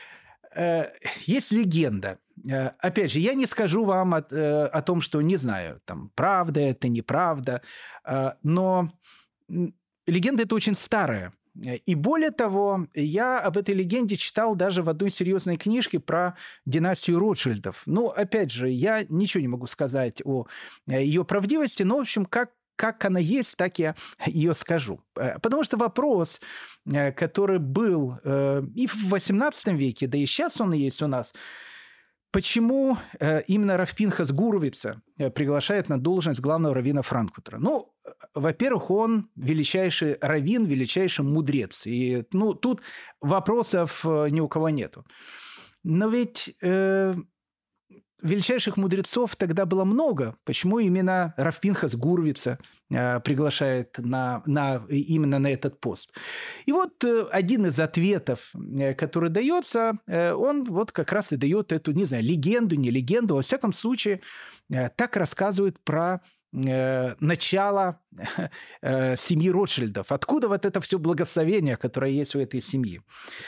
Есть легенда. Опять же, я не скажу вам о, о том, что не знаю, там, правда это, неправда, но легенда эта очень старая. И более того, я об этой легенде читал даже в одной серьезной книжке про династию Ротшильдов. Ну, опять же, я ничего не могу сказать о ее правдивости, но, в общем, как, как она есть, так я ее скажу. Потому что вопрос, который был и в восемнадцатом веке, да и сейчас он есть у нас, почему именно Рав Пинхас Гурвица приглашает на должность главного раввина Франкфурта? Ну, во-первых, он величайший раввин, величайший мудрец. И ну, тут вопросов ни у кого нету. Но ведь э, величайших мудрецов тогда было много. Почему именно Рав Пинхас Гурвица э, приглашает на, на, именно на этот пост? И вот э, один из ответов, э, который дается, э, он вот как раз и дает эту, не знаю, легенду, не легенду, во всяком случае, э, так рассказывает про э, начало э, семьи Ротшильдов. Откуда вот это все благословение, которое есть у этой семьи?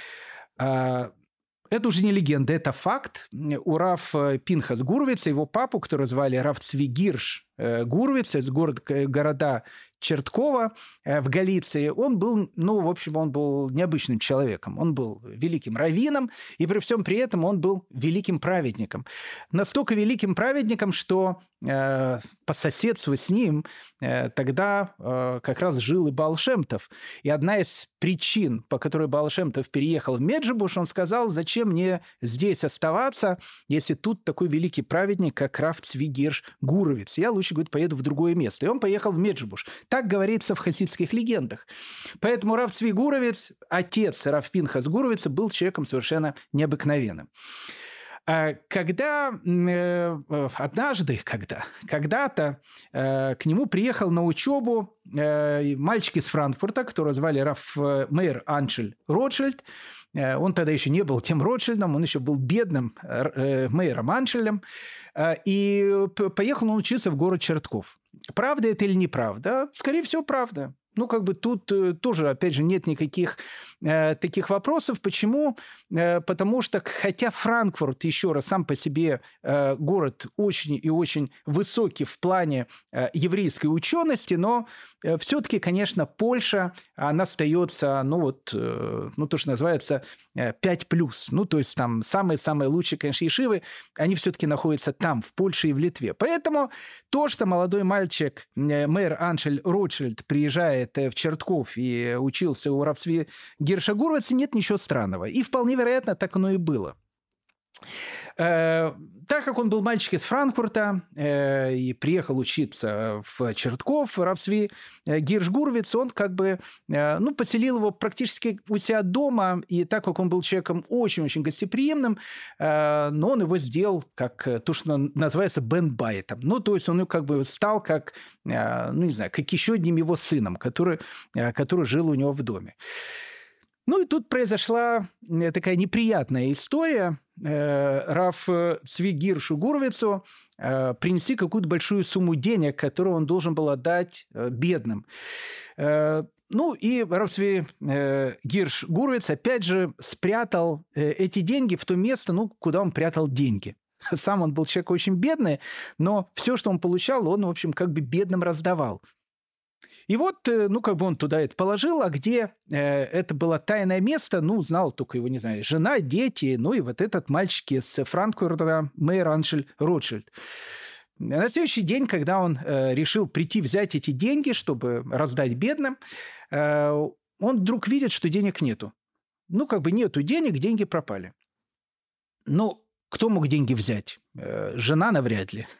Э, Это уже не легенда, это факт. У Рав Пинхас Гурвица, его папу, которого звали Рав Цви Гирш Гурвиц, из город, города Черткова в Галиции, он был, ну, в общем, он был необычным человеком. Он был великим раввином, и при всем при этом он был великим праведником. Настолько великим праведником, что э, по соседству с ним э, тогда э, как раз жил и Баал Шем Тов. И одна из причин, по которой Баал Шем Тов переехал в Меджибуш, он сказал: зачем мне здесь оставаться, если тут такой великий праведник, как Рав Цви Гирш Гуровиц? Я лучше, говорит, поеду в другое место. И он поехал в Меджибуш. Так говорится в хасидских легендах. Поэтому Рав Цви Гуровиц, отец Рав Пинхас Гуровица, был человеком совершенно необыкновенным. Когда однажды, когда, когда-то к нему приехал на учебу мальчик из Франкфурта, которого звали Рав Мейер Аншель Ротшильд. Он тогда еще не был тем Ротшильдом, он еще был бедным Мейером Аншелем. И поехал он учиться в город Чертков. Правда это или неправда? Скорее всего, правда. Ну, как бы тут тоже, опять же, нет никаких э, таких вопросов. Почему? Э, потому что, хотя Франкфурт, еще раз, сам по себе э, город очень и очень высокий в плане э, еврейской учености, но э, все-таки, конечно, Польша, она остается, ну, вот, э, ну, то, что называется э, пять плюс. Ну, то есть там самые-самые лучшие, конечно, ешивы, они все-таки находятся там, в Польше и в Литве. Поэтому то, что молодой мальчик, э, Мейер Аншель Ротшильд, приезжает в Чертков и учился у Рав Цви Гирша Гуровица, нет ничего странного. И вполне вероятно, так оно и было. Э, так как он был мальчик из Франкфурта э, и приехал учиться в Чертков, Рав Цви Гирш Гуровиц, он как бы э, ну, поселил его практически у себя дома, и так как он был человеком очень-очень гостеприимным, э, но он его сделал как то, что называется бен-байтом. Ну, то есть он как бы стал как, э, ну, не знаю, как еще одним его сыном, который, э, который жил у него в доме. Ну и тут произошла такая неприятная история. Рав Цви Гиршу Гуровицу принесли какую-то большую сумму денег, которую он должен был отдать бедным. Ну и Рав Цви Гирш Гуровиц опять же спрятал эти деньги в то место, ну, куда он прятал деньги. Сам он был человек очень бедный, но все, что он получал, он, в общем, как бы бедным раздавал. И вот, ну, как бы он туда это положил, а где э, это было тайное место, ну, знал только его, не знаю, жена, дети, ну, и вот этот мальчик из Франкфурта, Мейер Аншель Ротшильд. На следующий день, когда он э, решил прийти взять эти деньги, чтобы раздать бедным, э, он вдруг видит, что денег нету. Ну, как бы нету денег, деньги пропали. Ну, кто мог деньги взять? Жена навряд ли.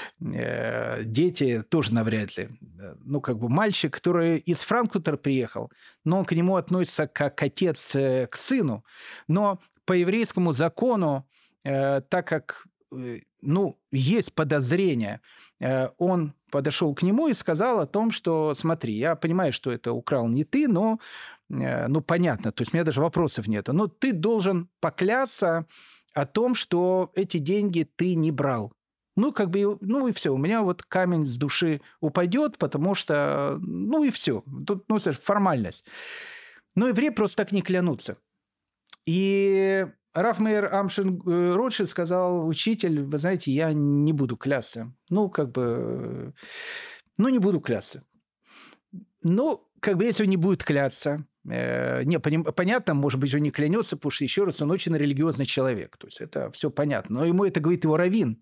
Дети тоже навряд ли. Ну, как бы мальчик, который из Франкфурта приехал, но он к нему относится как отец к сыну. Но по еврейскому закону, так как, ну, есть подозрение, он подошел к нему и сказал о том, что, смотри, я понимаю, что это украл не ты, но, ну, понятно, то есть у меня даже вопросов нет. Но ты должен поклясться о том, что эти деньги ты не брал. Ну, как бы, ну и все. У меня вот камень с души упадет, потому что, ну и все. Тут, ну, формальность. Но евреи просто так не клянутся. И Рав Мейер Аншель Ротшильд сказал: учитель, вы знаете, я не буду клясться. Ну, как бы, ну, не буду клясться. Ну, как бы, если он не будет клясться, не, понятно, может быть, он не клянется, потому что, еще раз, он очень религиозный человек. То есть это все понятно. Но ему это говорит его раввин.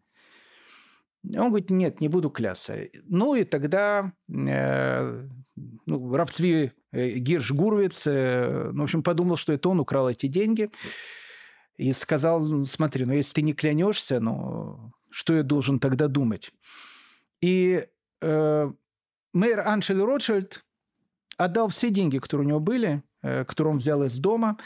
Он говорит: нет, не буду клясться. Ну и тогда э, ну, Рав Цви Гирш Гуровиц, э, ну, в общем, подумал, что это он украл эти деньги. И сказал: смотри, ну если ты не клянешься, ну что я должен тогда думать? И э, Мейер Аншель Ротшильд отдал все деньги, которые у него были, которые он взял из дома,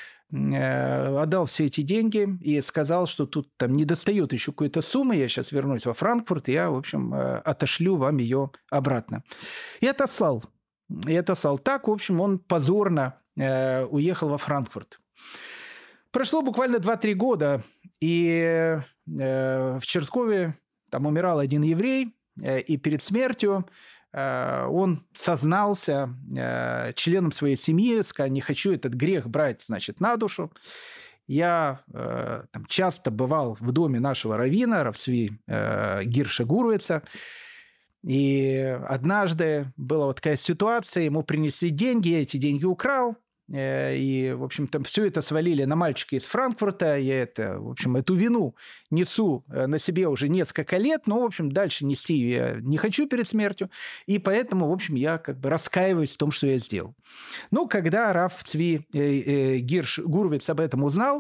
отдал все эти деньги и сказал, что тут там недостает еще какой-то суммы, я сейчас вернусь во Франкфурт, и я, в общем, отошлю вам ее обратно. И отослал. И отослал. Так, в общем, он позорно уехал во Франкфурт. Прошло буквально два-три года, и в Черткове там умирал один еврей, и перед смертью он сознался э, членам своей семьи, сказал: не хочу этот грех брать, значит, на душу. Я э, там, часто бывал в доме нашего раввина, Рав Цви э, Гирша Гуровица, И однажды была вот такая ситуация, ему принесли деньги, я эти деньги украл. И, в общем-то, все это свалили на мальчика из Франкфурта. Я это, в общем, эту вину несу на себе уже несколько лет, но, в общем, дальше нести ее я не хочу перед смертью. И поэтому, в общем, я как бы раскаиваюсь в том, что я сделал. Ну, когда Раф Цви э, э, Гирш Гуровиц об этом узнал,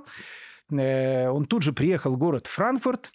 э, он тут же приехал в город Франкфурт,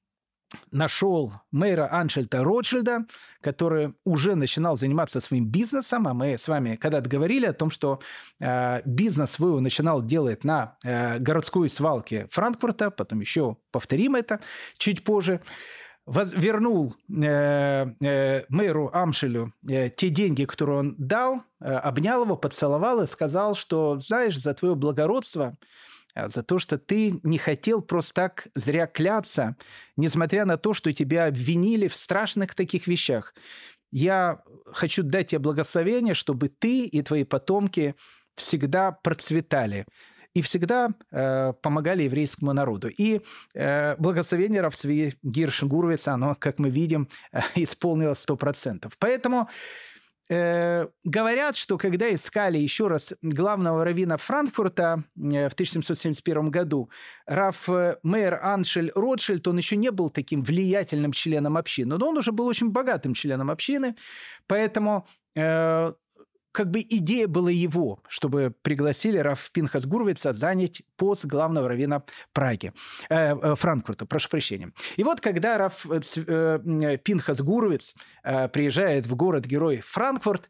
нашел мэра Аншельта Ротшильда, который уже начинал заниматься своим бизнесом, а мы с вами когда-то говорили о том, что э, бизнес свой начинал делать на э, городской свалке Франкфурта, потом еще повторим это чуть позже. Воз, вернул э, э, мэру Амшелю э, те деньги, которые он дал, э, обнял его, поцеловал и сказал, что, знаешь, за твое благородство, за то, что ты не хотел просто так зря кляться, несмотря на то, что тебя обвинили в страшных таких вещах. Я хочу дать тебе благословение, чтобы ты и твои потомки всегда процветали и всегда э, помогали еврейскому народу. И э, благословение Рав Цви Гирш Гуровица, оно, как мы видим, э, исполнилось сто процентов. Поэтому Э, говорят, что когда искали еще раз главного раввина Франкфурта э, в тысяча семьсот семьдесят первом году, Рав э, Мейер Аншель Ротшильд, он еще не был таким влиятельным членом общины, но он уже был очень богатым членом общины, поэтому э, как бы идея была его, чтобы пригласили Рав Пинхас Гуровица занять пост главного раввина Праги, э, Франкфурта, прошу прощения. И вот когда Рав э, Пинхас Гуровиц э, приезжает в город-герой Франкфурт,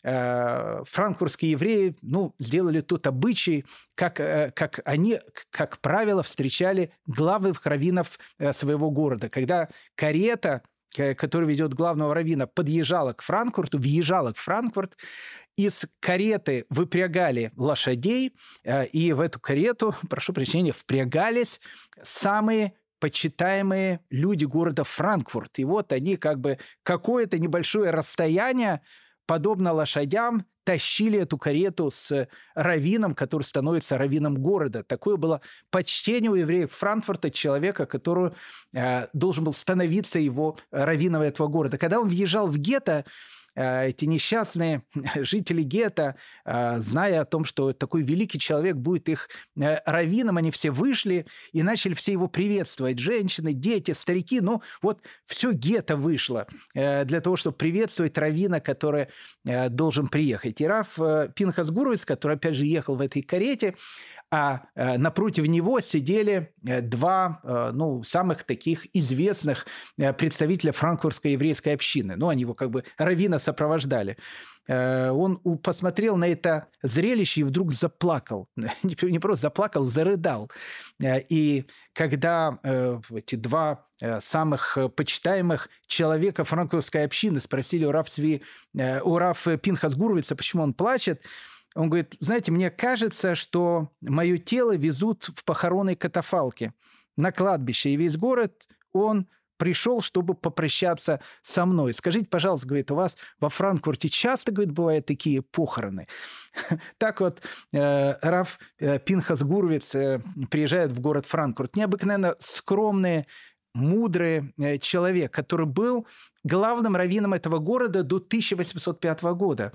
э, франкфуртские евреи ну, сделали тот обычай, как, э, как они, как правило, встречали главных раввинов э, своего города. Когда карета, которая ведет главного раввина, подъезжала к Франкфурту, въезжала в Франкфурт, из кареты выпрягали лошадей, и в эту карету, прошу прощения, впрягались самые почитаемые люди города Франкфурт. И вот они как бы какое-то небольшое расстояние, подобно лошадям, тащили эту карету с раввином, который становится раввином города. Такое было почтение у евреев Франкфурта, человека, который э, должен был становиться его раввином этого города. Когда он въезжал в гетто, эти несчастные жители гетто, зная о том, что такой великий человек будет их раввином, они все вышли и начали все его приветствовать. Женщины, дети, старики. Ну, вот все гетто вышло для того, чтобы приветствовать раввина, который должен приехать. И Рав Пинхас Гуровиц, который, опять же, ехал в этой карете, а напротив него сидели два ну, самых таких известных представителя франкфуртской еврейской общины. Ну, они его как бы раввина сопровождали. Он посмотрел на это зрелище и вдруг заплакал. Не просто заплакал, зарыдал. И когда эти два самых почитаемых человека франкфуртской общины спросили у Рав Цви, у Рав Пинхас Гуровица, почему он плачет, он говорит, знаете, мне кажется, что мое тело везут в похоронной катафалке на кладбище, и весь город, он пришел, чтобы попрощаться со мной. Скажите, пожалуйста, говорит, у вас во Франкфурте часто, говорит, бывают такие похороны? Так вот, Рав Пинхас Гуровиц приезжает в город Франкфурт. Необыкновенно скромный, мудрый человек, который был главным раввином этого города до тысяча восемьсот пятого года.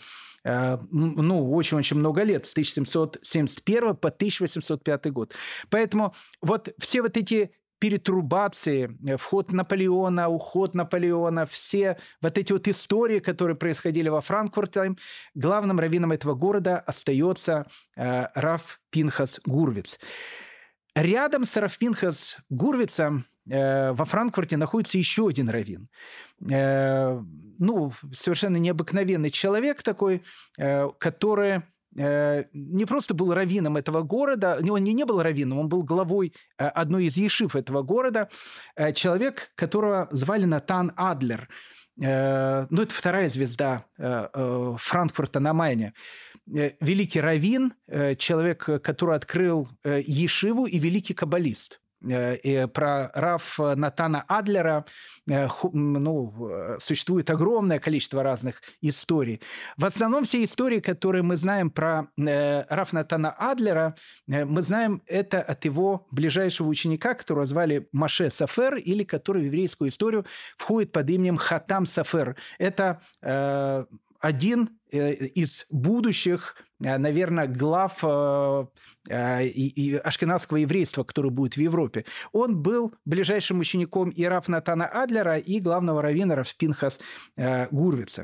Ну, очень-очень много лет, с тысяча семьсот семьдесят первого по тысяча восемьсот пятый год. Поэтому вот все вот эти перетрубации, вход Наполеона, уход Наполеона, все вот эти вот истории, которые происходили во Франкфурте, главным раввином этого города остается э, Рав Пинхас Гуровиц. Рядом с Рав Пинхас Гуровицем э, во Франкфурте находится еще один раввин. Э, ну, совершенно необыкновенный человек такой, э, который не просто был раввином этого города, он не, не был раввином, он был главой одной из ешив этого города, человек, которого звали Натан Адлер. Ну, это вторая звезда Франкфурта на Майне. Великий раввин, человек, который открыл ешиву, и великий каббалист. про Рав Натана Адлера ну, существует огромное количество разных историй. В основном все истории, которые мы знаем про Рав Натана Адлера, мы знаем это от его ближайшего ученика, которого звали Моше Софер, или который в еврейскую историю входит под именем Хатам Софер. Это э, один из будущих, наверное, глав ашкеназского еврейства, который будет в Европе. Он был ближайшим учеником и Рав Натана Адлера, и главного раввина Рав Пинхас Гурвица.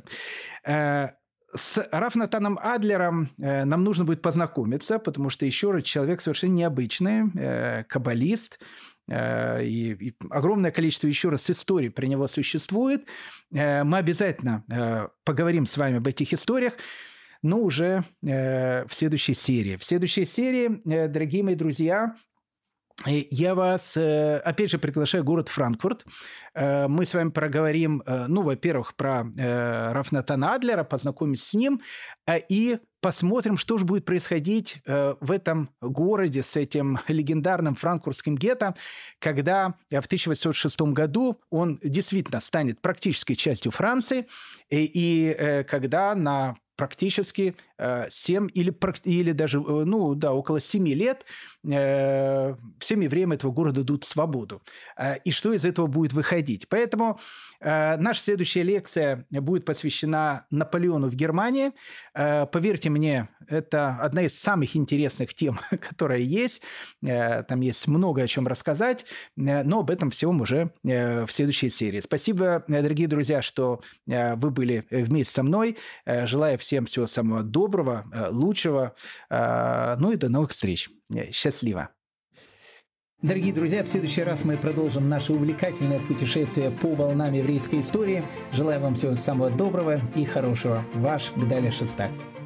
С Рав Натаном Адлером нам нужно будет познакомиться, потому что, еще раз, человек совершенно необычный, каббалист, и, и огромное количество, еще раз, историй про него существует. Мы обязательно поговорим с вами об этих историях, но уже в следующей серии. В следующей серии, дорогие мои друзья, я вас, опять же, приглашаю в город Франкфурт. Мы с вами проговорим, ну, во-первых, про Рав Натана Адлера, познакомимся с ним, и посмотрим, что же будет происходить в этом городе с этим легендарным франкфуртским гетто, когда в тысяча восемьсот шестом году он действительно станет практически частью Франции, и, и когда на практически семь или, или даже, ну да, около семи лет э, всем евреям этого города дадут свободу. И что из этого будет выходить? Поэтому э, наша следующая лекция будет посвящена Наполеону в Германии. Э, поверьте мне, это одна из самых интересных тем, которая есть. Э, там есть много о чем рассказать, э, но об этом всем уже э, в следующей серии. Спасибо, дорогие друзья, что э, вы были вместе со мной. Э, желаю всем всего самого доброго. Доброго, лучшего, ну и до новых встреч. Счастливо. Дорогие друзья, в следующий раз мы продолжим наше увлекательное путешествие по волнам еврейской истории. Желаю вам всего самого доброго и хорошего. Ваш Гдаля Шестак.